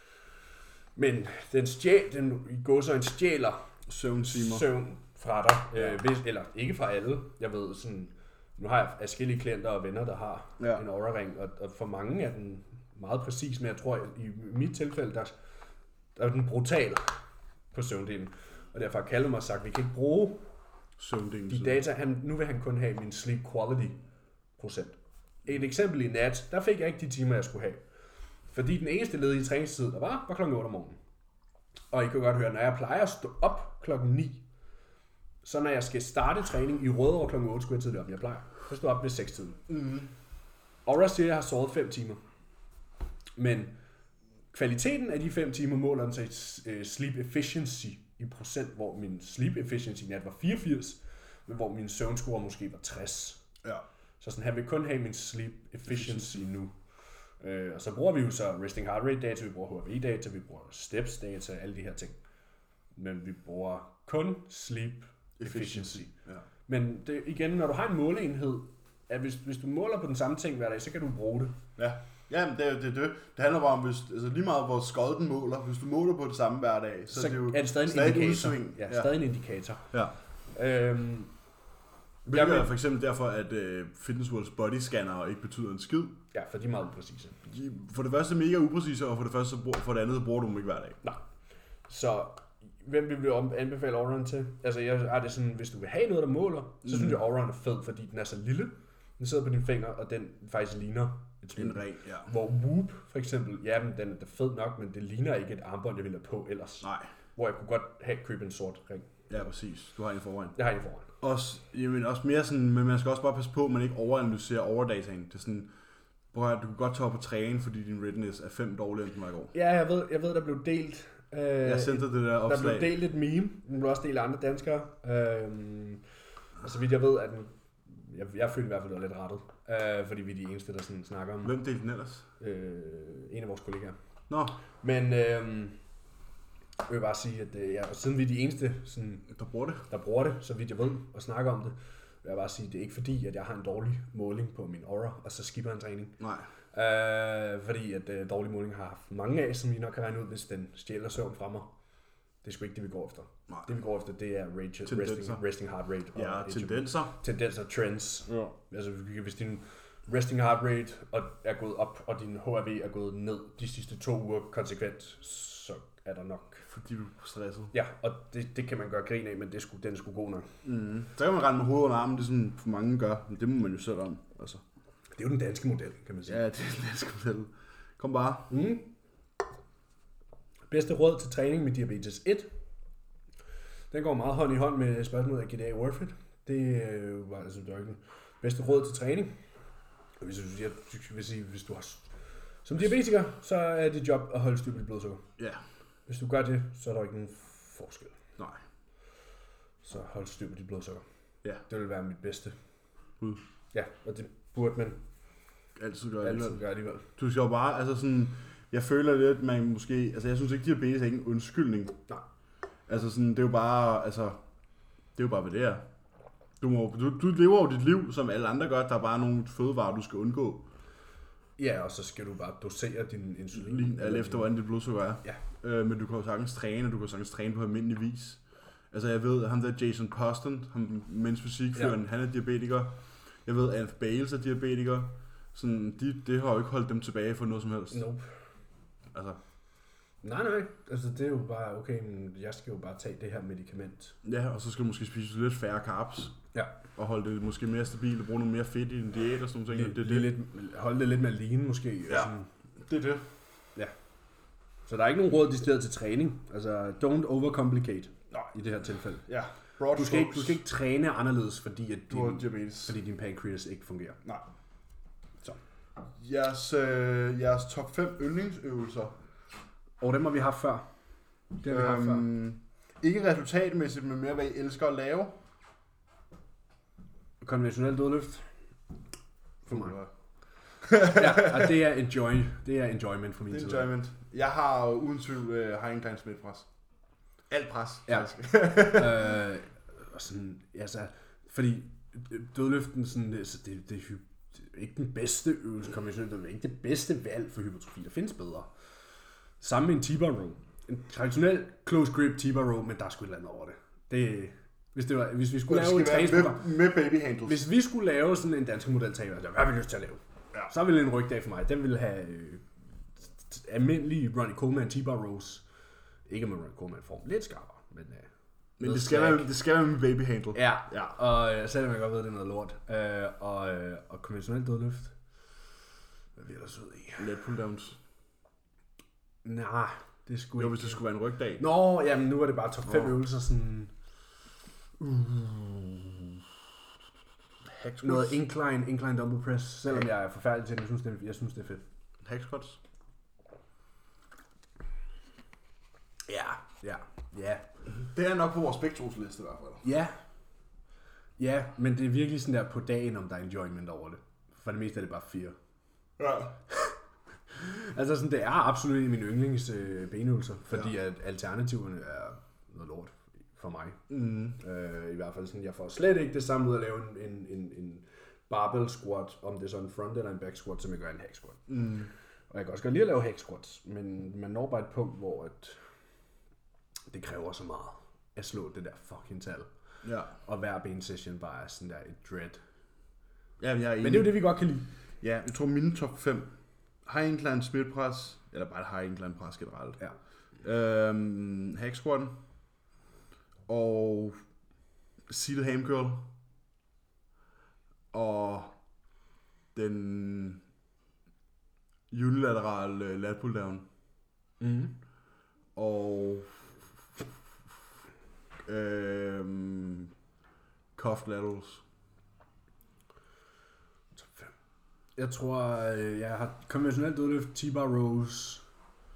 S1: Men den stjæl, den i går så en stjæler
S2: Søvntimer.
S1: søvn fra dig,
S2: Ja.
S1: øh, hvis, eller ikke fra alle. Jeg ved sådan, nu har jeg forskellige klienter og venner, der har
S2: Ja.
S1: ja. en Oura-ring, og, og for mange er den meget præcis, men jeg tror, at i mit tilfælde, der, der er den brutal på søvndelen. Og derfor har Callum også sagt, at vi kan ikke bruge
S2: Søvndelen.
S1: de data. Han, nu vil han kun have min sleep quality procent. Et eksempel i nat, der fik jeg ikke de timer, jeg skulle have. Fordi den eneste ledige træningstid, der var, var klokken otte om morgenen. Og I kan godt høre, når jeg plejer at stå op klokken ni, så når jeg skal starte træning i Rødovre klokken otte, skulle jeg tidligere op, jeg plejer. Jeg står op ved seks tiden.
S2: Mm.
S1: Aura siger, at jeg har sovet fem timer. Men kvaliteten af de fem timer måler den sig i sleep efficiency i procent, hvor min sleep efficiency i nat var fireogfirs, men hvor min søvnscore måske var tres.
S2: Ja.
S1: Så sådan, han vil kun have min sleep efficiency nu. Øh, og så bruger vi jo så resting heart rate data, vi bruger H R V data, vi bruger steps data, alle de her ting. Men vi bruger kun sleep efficiency.
S2: Ja.
S1: Men det, igen, når du har en måleenhed, at hvis, hvis du måler på den samme ting hver dag, så kan du bruge det.
S2: Ja. Jamen, det er det, er det. Det handler bare om, hvis, altså lige meget hvor skød den måler. Hvis du måler på det samme hver dag, så,
S1: Så
S2: er det jo
S1: er det stadig en
S2: stadig et
S1: indikator.
S2: udsving.
S1: Ja,
S2: Ja.
S1: stadig en indikator.
S2: Ja.
S1: Øhm,
S2: Hvilket
S1: Jeg
S2: er
S1: vil-
S2: for eksempel derfor, at uh, Fitness Worlds body scanner ikke betyder en skid.
S1: ja, for de er meget upræcise.
S2: De, for det første mega upræcise, og for det første så bruger, for det andet så bruger du dem ikke hver dag.
S1: Nej. Så hvem vil vi om- anbefale Auraen til? Altså, jeg er det sådan, hvis du vil have noget, der måler, så
S2: Mm.
S1: synes jeg, Auraen er fed, fordi den er så lille. Den sidder på dine fingre, og den faktisk ligner et smil.
S2: En ring, ja.
S1: Hvor Whoop, for eksempel, ja, men den er fed nok, men det ligner ikke et armbånd, jeg ville have på ellers.
S2: Nej.
S1: Hvor jeg kunne godt have købt en sort ring.
S2: Ja, præcis. Du har en forvejen.
S1: Det har jeg i forvejen.
S2: Også, jamen, også mere sådan, men man skal også bare passe på, at man ikke overanalyserer overdataen. Det er sådan, prøv at høre, du kan godt tage op på træne, fordi din readiness er fem dårligere, end den var i går.
S1: Ja, jeg ved, jeg ved der blev delt... Øh,
S2: Jeg sendte det der
S1: der
S2: opslag.
S1: blev delt et meme. Den blev også delt af andre danskere. Øh, og så vidt jeg ved, at den... Jeg, jeg følte i hvert fald, det var lidt rettet. Øh, fordi vi er de eneste, der sådan snakker om
S2: Hvem delte den ellers?
S1: øh, en af vores kollegaer.
S2: Nå,
S1: Men øh, jeg vil bare sige, at øh, ja, og siden vi er de eneste, sådan,
S2: der bruger det.
S1: der bruger det, så vidt jeg ved, og snakker om det, vil jeg bare sige, at det er ikke fordi, at jeg har en dårlig måling på min Aura, og så skipper en træning.
S2: Nej.
S1: Øh, fordi at øh, dårlig måling har haft mange af, som I nok kan regne ud, hvis den stjæler søvn fra mig. Det er sgu ikke det, vi går efter.
S2: Nej.
S1: Det, vi går efter, det er rate, resting,
S2: Tendenser.
S1: resting heart rate. og
S2: Ja,
S1: H R V.
S2: tendenser.
S1: Tendenser, trends.
S2: Ja.
S1: Altså, hvis din resting heart rate er gået op, og din H R V er gået ned de sidste to uger konsekvent, så er der nok.
S2: Fordi du er stresset.
S1: Ja, og det, det kan man gøre grin af, men det er sgu, den er sgu god nok.
S2: Mm. Så kan man rende med hovedet under armen, det er sådan, for mange gør, men det må man jo selv om. Altså.
S1: Det er jo den danske model, kan man sige.
S2: Ja, det er den danske model. Kom bare.
S1: Mm. Bedste råd til træning med diabetes et. Den går meget hånd i hånd med spørgsmålet af G D A worth it. Det øh, var altså dørken. Bedste råd til træning. Hvis, jeg, vil sige, hvis du har som diabetiker, så er dit job at holde styr på dit blodsukker.
S2: Ja.
S1: Hvis du gør det, så er der ikke nogen forskel.
S2: Nej.
S1: Så hold styr på dit blodsukker.
S2: Ja.
S1: Det vil være mit bedste.
S2: Ud.
S1: Ja, og det burde man
S2: altid gøre
S1: altid
S2: alligevel.
S1: gøre alligevel.
S2: Du skal jo bare, altså sådan, jeg føler lidt, at man måske, altså jeg synes ikke, diabetes er ikke en undskyldning.
S1: Nej.
S2: Altså sådan, det er jo bare, altså, det er jo bare, hvad det er. Du, må, du, du lever jo dit liv, som alle andre gør. Der er bare nogle fødevarer, du skal undgå.
S1: Ja, og så skal du bare dosere din insulin.
S2: Lige alt efter, hvordan dit blodsukker er.
S1: Ja.
S2: Øh, men du kan jo sagtens træne, du kan jo sagtens træne på almindelig vis. Altså jeg ved, ham der Jason Poston, ham mens fysikføren, ja. Han er diabetiker. Jeg ved, Alf Bales er diabetiker. Sådan, de, det har jo ikke holdt dem tilbage for noget som helst.
S1: Nope.
S2: Altså.
S1: Nej, nej. Altså det er jo bare, okay, men jeg skal jo bare tage det her medicament.
S2: Ja, og så skal du måske spise lidt færre carbs.
S1: Ja.
S2: Og holde det måske mere stabilt og bruge noget mere fedt i din diæt og sådan noget.
S1: Det, det, det. Lidt, holde det lidt mere lean måske.
S2: Ja,
S1: sådan.
S2: det er det.
S1: Ja. Så der er ikke nogen råd decideret til træning. Altså, don't overcomplicate.
S2: Nej.
S1: I det her tilfælde.
S2: Ja.
S1: Du skal, ikke, du skal ikke træne anderledes, fordi, at
S2: du har
S1: din,
S2: diabetes.
S1: fordi din pancreas ikke fungerer.
S2: Nej.
S1: Så.
S2: Jeres, øh, jeres top fem yndlingsøvelser.
S1: Og dem har vi haft før. Det har vi haft
S2: øhm, før. Ikke resultatmæssigt, men mere hvad I elsker at lave.
S1: Konventionel dødløft. For mig. Ja, og det er enjoy. Det er enjoyment for min
S2: side.
S1: side.
S2: Enjoyment. Jeg har uden tvivl uh, high incline smith pres. Alt pres.
S1: Ja. øh, og sådan, altså, fordi dødløften sådan, altså, det, det, er, det er ikke den bedste øvelse konventionelt. Det er ikke det bedste valg for hypertrofi. Der findes bedre. Samme med en T-bar row. En traditionel close grip T-bar row, men der er sgu et eller andet over det. Det hvis det var, hvis vi skulle lave en træningsprogram
S2: med, med baby handles.
S1: Hvis vi skulle lave sådan en dansk model taber, hvad vil jeg lyst til at lave? Ja. Så ville en rygdag for mig. Den ville have øh, almindelige Ronnie Coleman T-bar rows. Ikke med Ronnie Coleman form, lidt skarpere, men øh,
S2: men det skal, være, det skal være med baby handle.
S1: Ja, ja. Og øh, selvom jeg godt ved, det er noget lort. Øh, og, øh, og konventionelt dødløft. Hvad vil jeg ellers ud i?
S2: Let pull downs.
S1: Nej, det skulle
S2: jo,
S1: ikke.
S2: hvis det skulle være en rygdag.
S1: Nå, jamen nu var det bare top fem
S2: oh. øvelser
S1: sådan. Uh. Noget incline, incline dumbbell press, selvom jeg er forfærdelig til det, jeg synes, det er, jeg synes, det er fedt.
S2: Hack squats?
S1: Ja, ja, ja.
S2: Det er nok på vores begge tos liste i hvert fald.
S1: Ja. Ja, men det er virkelig sådan der på dagen, om der er enjoyment over det. For det meste er det bare fire.
S2: Ja.
S1: Altså sådan, det er absolut en af mine yndlings øh, benøvelser, fordi ja. At alternativerne er noget lort for mig.
S2: Mm.
S1: Øh, I hvert fald sådan, jeg får slet ikke det samme ud at lave en, en, en, en barbell squat, om det er så en front eller en back squat, som jeg gør en hack squat.
S2: Mm.
S1: Og jeg kan også godt lide at lave hack squats, men man når bare et punkt, hvor at det kræver så meget at slå det der fucking tal.
S2: Ja.
S1: Og hver bensession bare er sådan der et dread.
S2: Ja, men jeg er enig.
S1: Men det er jo det, vi godt kan lide.
S2: Ja, jeg tror mine top fem. High incline smith press, eller bare high incline press generelt.
S1: Ja.
S2: Øhm, hack squatten. Og seated ham curl. Og den unilaterale lat pull down.
S1: Mm.
S2: Og øhm, cuffed laterals.
S1: Top fem. Jeg tror, jeg har konventionelt dødløft, T-bar rows,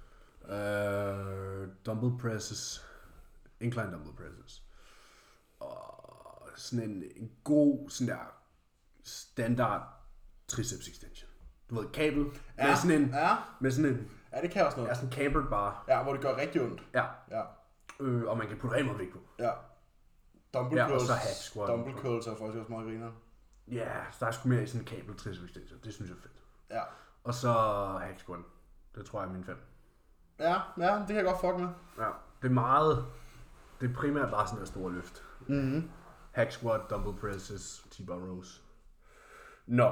S1: øh, dumbbell presses, incline dumbbell presses. Og sådan en, en god, sådan der standard triceps extension. Du ved, kabel
S2: ja,
S1: med sådan en,
S2: ja.
S1: med sådan en,
S2: ja, det kan også noget.
S1: Ja, sådan en cambered bar.
S2: Ja, hvor det gør rigtig ondt.
S1: Ja.
S2: Ja.
S1: Øh, og man kan putte rigtig meget vægt på.
S2: Ja. Dumbbell
S1: ja,
S2: curls.
S1: og så hack squat.
S2: Dumbbell curls er faktisk også meget griner.
S1: Ja, så der er sgu mere i sådan en kabel triceps extension. Det synes jeg er fedt.
S2: Ja.
S1: Og så hack squat. Det tror jeg er mine fem.
S2: Ja, ja, det kan jeg godt fuck med.
S1: Ja, det er meget, det er primært bare sådan en stor løft.
S2: Mhm.
S1: Hack squat, dumbbell presses, T-bar rows. Nå.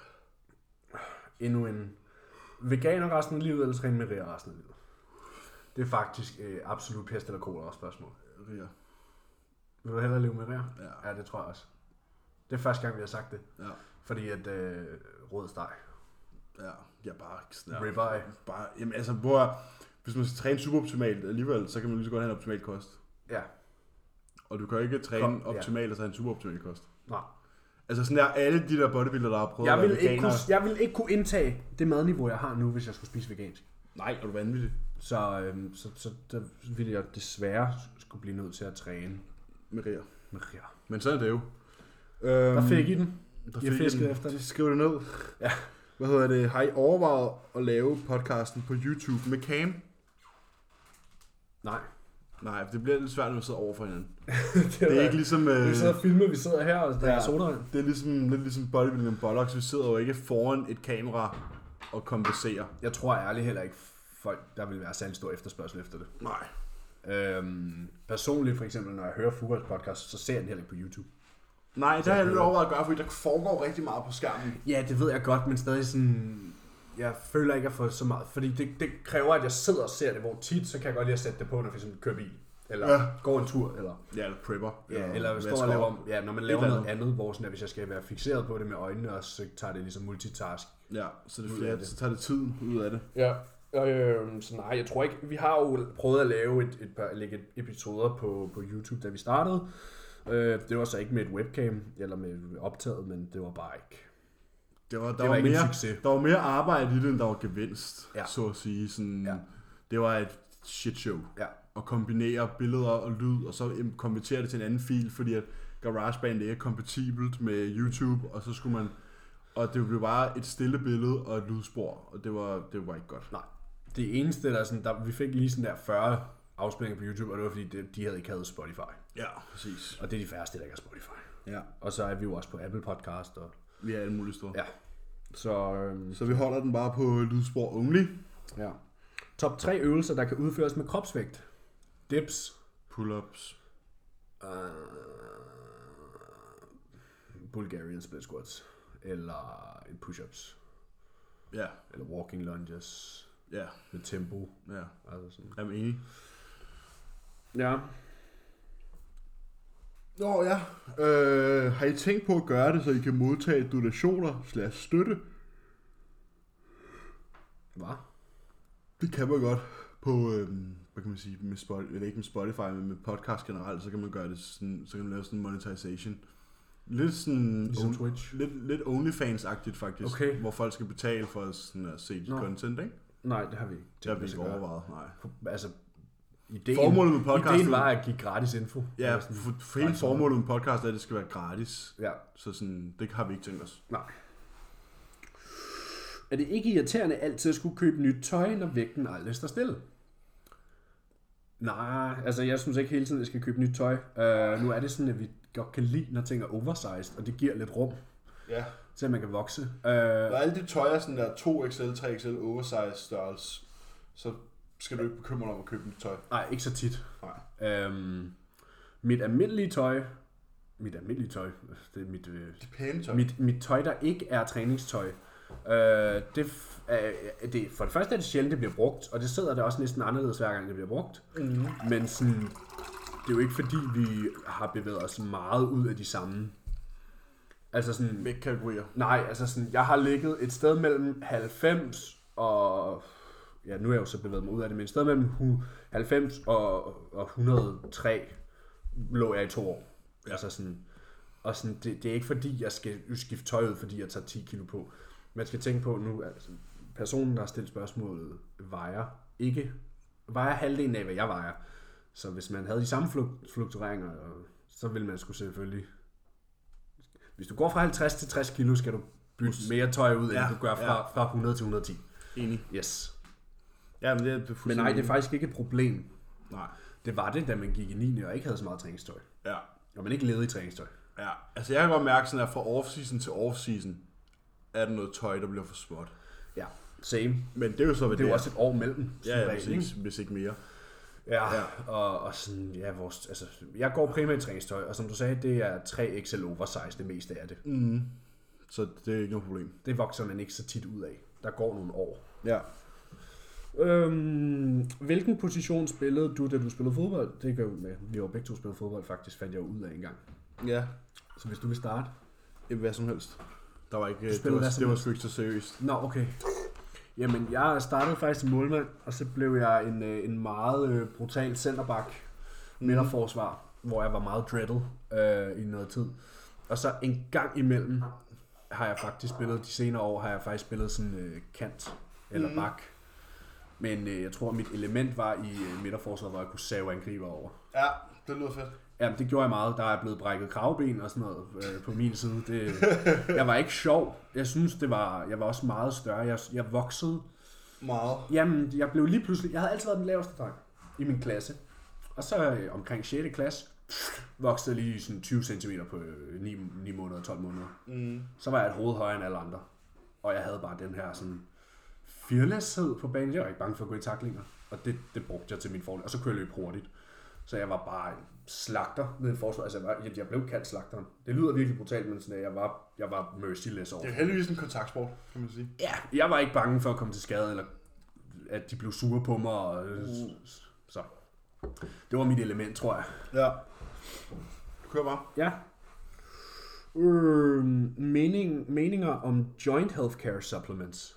S1: Endnu en veganer resten af livet, eller træne med rea resten af livet? Det er faktisk øh, absolut pest eller kolera spørgsmål.
S2: Rier.
S1: Vil du hellere leve med rier?
S2: Ja.
S1: Ja, det tror jeg også. Det er første gang, vi har sagt det.
S2: Ja.
S1: Fordi at øh, rød steg.
S2: Ja, jeg er bare sådan
S1: Ja. Ribeye.
S2: Bare, jamen altså, hvor, hvis man skal træne superoptimalt alligevel, så kan man lige så godt have en optimal kost.
S1: Ja.
S2: Og du kan ikke træne
S1: Kom,
S2: optimalt og så have en superoptimal kost.
S1: Nej.
S2: Altså sådan der, alle de der bodybuildere, der har prøvet
S1: Jeg
S2: at
S1: vil,
S2: være
S1: ikke
S2: veganer.
S1: kunne, jeg vil ikke kunne indtage det madniveau, jeg har nu, hvis jeg skulle spise vegansk.
S2: Nej, er du vanvittig?
S1: Så, øhm, så, så der ville jeg desværre skulle blive nødt til at træne
S2: Med rier.
S1: med rier.
S2: Men sådan er det jo.
S1: Der
S2: Øhm,
S1: fik I den.
S2: Der
S1: I har
S2: fik
S1: fisket
S2: den.
S1: efter det.
S2: Skriv det ned.
S1: Ja.
S2: Hvad hedder det? Har I overvejet at lave podcasten på YouTube med cam?
S1: Nej.
S2: Nej, det bliver lidt svært, når vi sidder over for hinanden.
S1: det,
S2: Det er ikke ligesom... Øh,
S1: Vi sidder og filmer, vi sidder her og drikker
S2: Ja.
S1: ja. sodavand.
S2: det er ligesom, lidt ligesom bodybuilding og bollocks. Vi sidder jo ikke foran et kamera og kompenserer.
S1: Jeg tror ærligt heller ikke folk, der vil være særlig stor efterspørgsel efter det.
S2: Nej.
S1: Øhm, personligt for eksempel, når jeg hører Fugas podcast, så ser jeg den heller ikke på YouTube.
S2: Nej, det har jeg lidt overvejet at gøre, fordi der foregår rigtig meget på skærmen.
S1: Ja, det ved jeg godt, men stadig sådan... Jeg føler ikke at få så meget, fordi det, det kræver, at jeg sidder og ser det, hvor tit, så kan jeg godt lide at sætte det på, når jeg for kører bil. Eller
S2: Ja.
S1: går en tur, eller...
S2: Ja, eller prepper.
S1: Ja, eller står og laver, ja, når man laver noget andet, hvor sådan, at hvis jeg skal være fixeret på det med øjnene, og så tager det ligesom multitask.
S2: Ja, så, det er
S1: Ud
S2: flere,
S1: af det.
S2: så tager det tiden ud af det.
S1: Ja, øh, så nej, jeg tror ikke, vi har jo prøvet at lave et, et par lægge episoder på, på YouTube, da vi startede. Øh, det var så ikke med et webcam, eller med optaget, men det var bare ikke...
S2: Det var, der,
S1: Det
S2: var
S1: var ikke en
S2: mere,
S1: succes.
S2: der var mere arbejde i det, end der var gevinst,
S1: Ja.
S2: så at sige. Sådan,
S1: Ja.
S2: Det var et shit show.
S1: Ja.
S2: At kombinere billeder og lyd, og så im- konvertere det til en anden fil, fordi at GarageBand ikke er kompatibelt med YouTube, og så skulle man... Og det blev bare et stille billede og et lydspor, og det var, det var ikke godt.
S1: Nej. Det eneste, der sådan, der, vi fik lige sådan der fyrre afspillinger på YouTube, og det var fordi, de, de havde ikke havde Spotify.
S2: Ja, præcis.
S1: Og det er de færreste, der ikke har Spotify.
S2: Ja,
S1: Og så er vi jo også på Apple Podcast. Og,
S2: vi er alle mulige steder.
S1: ja. Så, øhm,
S2: Så vi holder den bare på lydspor only.
S1: ja. Top tre øvelser, der kan udføres med kropsvægt. Dips.
S2: Pull-ups.
S1: Uh, Bulgarian split squats. Eller en push-ups.
S2: Ja,
S1: Eller walking lunges.
S2: ja,
S1: Med tempo.
S2: ja.
S1: Altså sådan.
S2: Jeg er enig.
S1: Ja.
S2: Nå ja, øh, har I tænkt på at gøre det, så I kan modtage donationer slash støtte?
S1: Hvad?
S2: Det kan man godt på, øh, hvad kan man sige, med Spotify, eller ikke med Spotify, men med podcast generelt, så kan man gøre det sådan, så kan man lave sådan en monetization. Lidt sådan,
S1: Ligesom
S2: on,
S1: Twitch.
S2: lidt, lidt OnlyFans-agtigt faktisk,
S1: Okay.
S2: hvor folk skal betale for sådan at se dit
S1: Nå.
S2: content, ikke?
S1: Nej, det har vi ikke.
S2: Det har vi
S1: tænkt os
S2: ikke
S1: at gøre.
S2: overvejet, nej.
S1: Altså, ideen,
S2: Formålet med podcasten-
S1: ideen var at give gratis info.
S2: Ja,
S1: Eller sådan.
S2: for, for hele formålet med podcast er, at det skal være gratis,
S1: Ja.
S2: så sådan, det har vi ikke tænkt os.
S1: Nej. Er det ikke irriterende altid at skulle købe nyt tøj, når vægten aldrig står stille? Nej, altså jeg synes ikke hele tiden, at jeg skal købe nyt tøj. Uh, nu er det sådan, at vi godt kan lide, når ting er oversized, og det giver lidt rum
S2: Ja.
S1: til, at man kan vokse. Uh,
S2: Når alle de tøj er sådan der to X L, tre X L oversize størrelse, så skal du ikke bekymre dig om at købe nyt tøj.
S1: nej, ikke så tit.
S2: Nej.
S1: Um, mit almindelige tøj, mit almindelige tøj, det er mit, øh,
S2: Det er pæne tøj.
S1: mit, mit tøj, der ikke er træningstøj, øh, det, f- øh, det, for det første er det sjældent, det bliver brugt, og det sidder der også næsten anderledes hver gang, det bliver brugt.
S2: Mm-hmm.
S1: Men sådan, det er jo ikke fordi, vi har bevæget os meget ud af de samme. Altså sådan,
S2: Vægtkategorier.
S1: nej, altså sådan, jeg har ligget et sted mellem halvfems og, ja nu er jeg jo så bevæget mig ud af det, men et sted mellem halvfems og, og et hundrede og tre lå jeg i to år.
S2: Ja.
S1: Altså sådan, og sådan, det, det er ikke fordi, jeg skal skifte tøj ud, fordi jeg tager ti kilo på. Man skal tænke på nu, altså, personen, der har stillet spørgsmålet, vejer ikke, vejer halvdelen af, hvad jeg vejer. Så hvis man havde de samme fluk- fluktueringer, så ville man skulle selvfølgelig... Hvis du går fra halvtreds til tres kilo, skal du bytte mere tøj ud, end
S2: Ja,
S1: du gør fra,
S2: ja.
S1: fra hundrede til hundrede og ti.
S2: Enig.
S1: Yes.
S2: Ja, men det er fuldstændig.
S1: Men nej, det er faktisk ikke et problem.
S2: Nej.
S1: Det var det, da man gik i niende og ikke havde så meget træningstøj.
S2: Ja.
S1: Og man ikke levede i træningstøj.
S2: Ja. Altså jeg kan godt mærke sådan, at fra off-season til off-season, er der noget tøj, der bliver for småt.
S1: Ja, same.
S2: Men det er jo så, hvad
S1: Det er
S2: det
S1: jo
S2: er.
S1: også et år mellem.
S2: Ja, ja,
S1: som regel,
S2: præcis, hvis ikke mere.
S1: Ja,
S2: Ja.
S1: og, og sådan, ja, vores, altså, jeg går primært i træningstøj, og som du sagde, det er tre X L oversize, det meste af det.
S2: Mm. Så det er ikke noget problem.
S1: Det vokser man ikke så tit ud af. Der går nogle år.
S2: Ja.
S1: Øhm, hvilken position spillede du, da du spillede fodbold? Det gør jo med. Vi har begge to spillet fodbold, faktisk fandt jeg jo ud af en gang.
S2: Ja.
S1: Så hvis du vil starte.
S2: Hvad som helst. Der var ikke, det
S1: spillede
S2: var,
S1: hvad som
S2: det var
S1: helst?
S2: sgu ikke så seriøst.
S1: Nå, okay. Jamen, jeg startede faktisk som målmand, og så blev jeg en, øh, en meget øh, brutal centerback,
S2: Mhm.
S1: midterforsvar, hvor jeg var meget dreaded øh, i noget tid. Og så en gang imellem har jeg faktisk spillet, de senere år har jeg faktisk spillet sådan øh, kant eller
S2: Mhm.
S1: bak. Men øh, jeg tror, mit element var i øh, midterforsvaret, hvor jeg kunne save angriber over.
S2: Ja, det lyder fedt.
S1: Jamen, det gjorde jeg meget. Der er blevet brækket kravben og sådan noget øh, på min side. Det, jeg var ikke sjov. Jeg synes, det var, jeg var også meget større. Jeg, jeg voksede.
S2: Meget.
S1: Jamen, jeg blev lige pludselig... Jeg havde altid været den laveste dreng i min klasse. Og så øh, omkring sjette klasse, voksede jeg lige sådan tyve centimeter på øh, ni, ni måneder, tolv måneder.
S2: Mm.
S1: Så var jeg et hoved højere end alle andre. Og jeg havde bare den her sådan fearlesshed på banen. Jeg var ikke bange for at gå i taklinger. Og det, det brugte jeg til min fordel. Og så kunne jeg løbe hurtigt. Så jeg var bare en slagter nede i forsvaret. Altså, jeg, var, jeg, jeg blev kaldt slagteren. Det lyder virkelig brutalt, men sådan, jeg var, jeg var merciless over.
S2: Det er heldigvis en kontaktsport, kan man sige.
S1: Ja, jeg var ikke bange for at komme til skade, eller at de blev sure på mig. Og, øh, så det var mit element, tror jeg.
S2: Ja. Du kører bare.
S1: Ja. Øh, mening, meninger om joint healthcare supplements.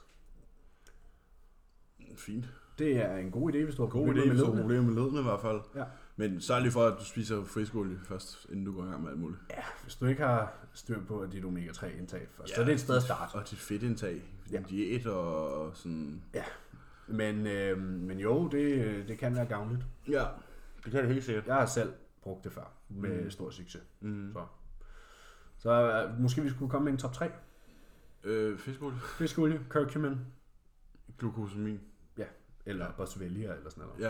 S2: Fint.
S1: Det er en god idé, hvis du har
S2: God idé,
S1: problemer med
S2: hvis du har
S1: ledene.
S2: problemer med ledene i hvert fald.
S1: Ja.
S2: Men sørg lige for, at du spiser friskolie først, inden du går i gang med alt muligt.
S1: Ja, hvis du ikke har styr på dit omega tre indtag først, ja, så er det et sted at starte.
S2: Og dit fedtindtag,
S1: Ja.
S2: ja. diæt og sådan...
S1: Ja, men, øh, men jo, det, det kan være gavnligt.
S2: Ja, det kan det helt sikkert.
S1: Jeg har selv brugt det før, med
S2: Mm.
S1: stor succes.
S2: Mm.
S1: Så, så uh, måske vi skulle komme med en top tre.
S2: Øh, fiskolie.
S1: Fiskolie, curcumin,
S2: Glucosamin.
S1: eller boswellia, eller sådan noget.
S2: Ja.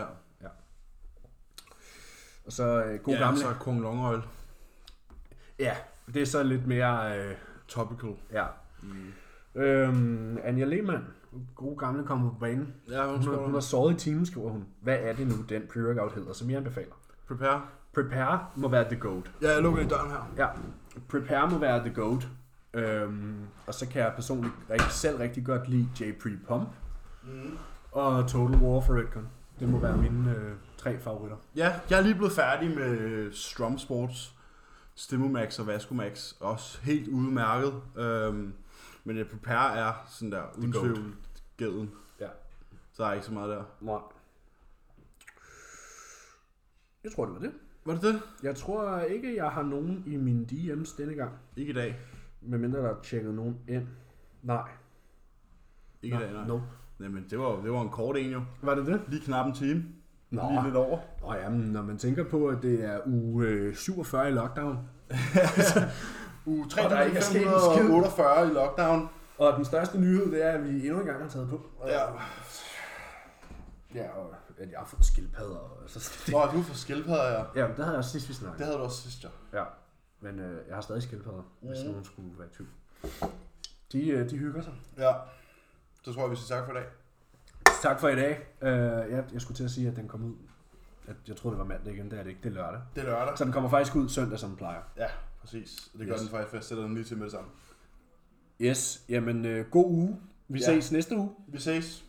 S1: Og så uh, god
S2: ja,
S1: gamle...
S2: så Kong Long Oil.
S1: Ja, det er så lidt mere... Øh,
S2: Topical.
S1: ja.
S2: Mm.
S1: Øhm, Anja Lehmann, god gamle, kommer på banen.
S2: Ja, hun
S1: Hun,
S2: skal
S1: har- hun har sovet i timen, skriver hun. Hvad er det nu, den pre-workout hedder, som jeg anbefaler?
S2: Prepare.
S1: Prepare må være the goat.
S2: Ja, jeg lukker i døren her.
S1: Ja, Prepare må være the goat. Øhm, og så kan jeg personligt rigtig, selv rigtig godt lide J-Pre-Pump
S2: Mm.
S1: og Total War for Redcon. Det må være mine øh, tre favoritter.
S2: Ja, jeg er lige blevet færdig med Strom Sports, Stimumax og Vascomax. Også helt udmærket. Øhm, men jeg Prepare er sådan der uden
S1: goat.
S2: tvivl gæden.
S1: Ja.
S2: Så er ikke så meget der.
S1: Nej. Jeg tror, det var det.
S2: Var det det?
S1: Jeg tror ikke, jeg har nogen i mine D M's denne gang.
S2: Ikke i dag.
S1: Medmindre der er tjekket nogen ind. Nej.
S2: Ikke i dag, nej.
S1: Nope.
S2: Jamen, det var, det var en kort en jo.
S1: Var det det?
S2: Lige knap en time.
S1: Nå.
S2: Lige lidt over.
S1: Nå jamen, når man tænker på, at det er uge øh, syvogfyrre i lockdown,
S2: Uge
S1: Og der er ikke sket en
S2: tre tusind fem hundrede
S1: skid.
S2: otteogfyrre i lockdown.
S1: og den største nyhed, det er, at vi endnu en gang har taget på. Og,
S2: Ja.
S1: Ja, og at jeg har fået skildpadder. Og så,
S2: Nå, du får skildpadder, ja.
S1: ja, det havde jeg også sidst, vi snakkede.
S2: Det havde du også sidst, ja.
S1: Ja, men øh, jeg har stadig skildpadder, mm. hvis
S2: Mhm.
S1: nogen skulle være i tvivl. De, øh, de hygger sig.
S2: Ja. Så tror jeg, vi siger tak for i dag.
S1: Tak for i dag. Uh, jeg, jeg skulle til at sige, at den kom ud. At jeg troede, det var mandag igen. Det er det ikke. Det er lørdag.
S2: Det er lørdag.
S1: Så den kommer faktisk ud søndag, som den plejer.
S2: Ja, præcis. Det gør
S1: Yes.
S2: den faktisk, for jeg sætter den lige til med det samme.
S1: Yes. Jamen, øh, god uge. Vi
S2: Ja.
S1: ses næste uge.
S2: Vi ses.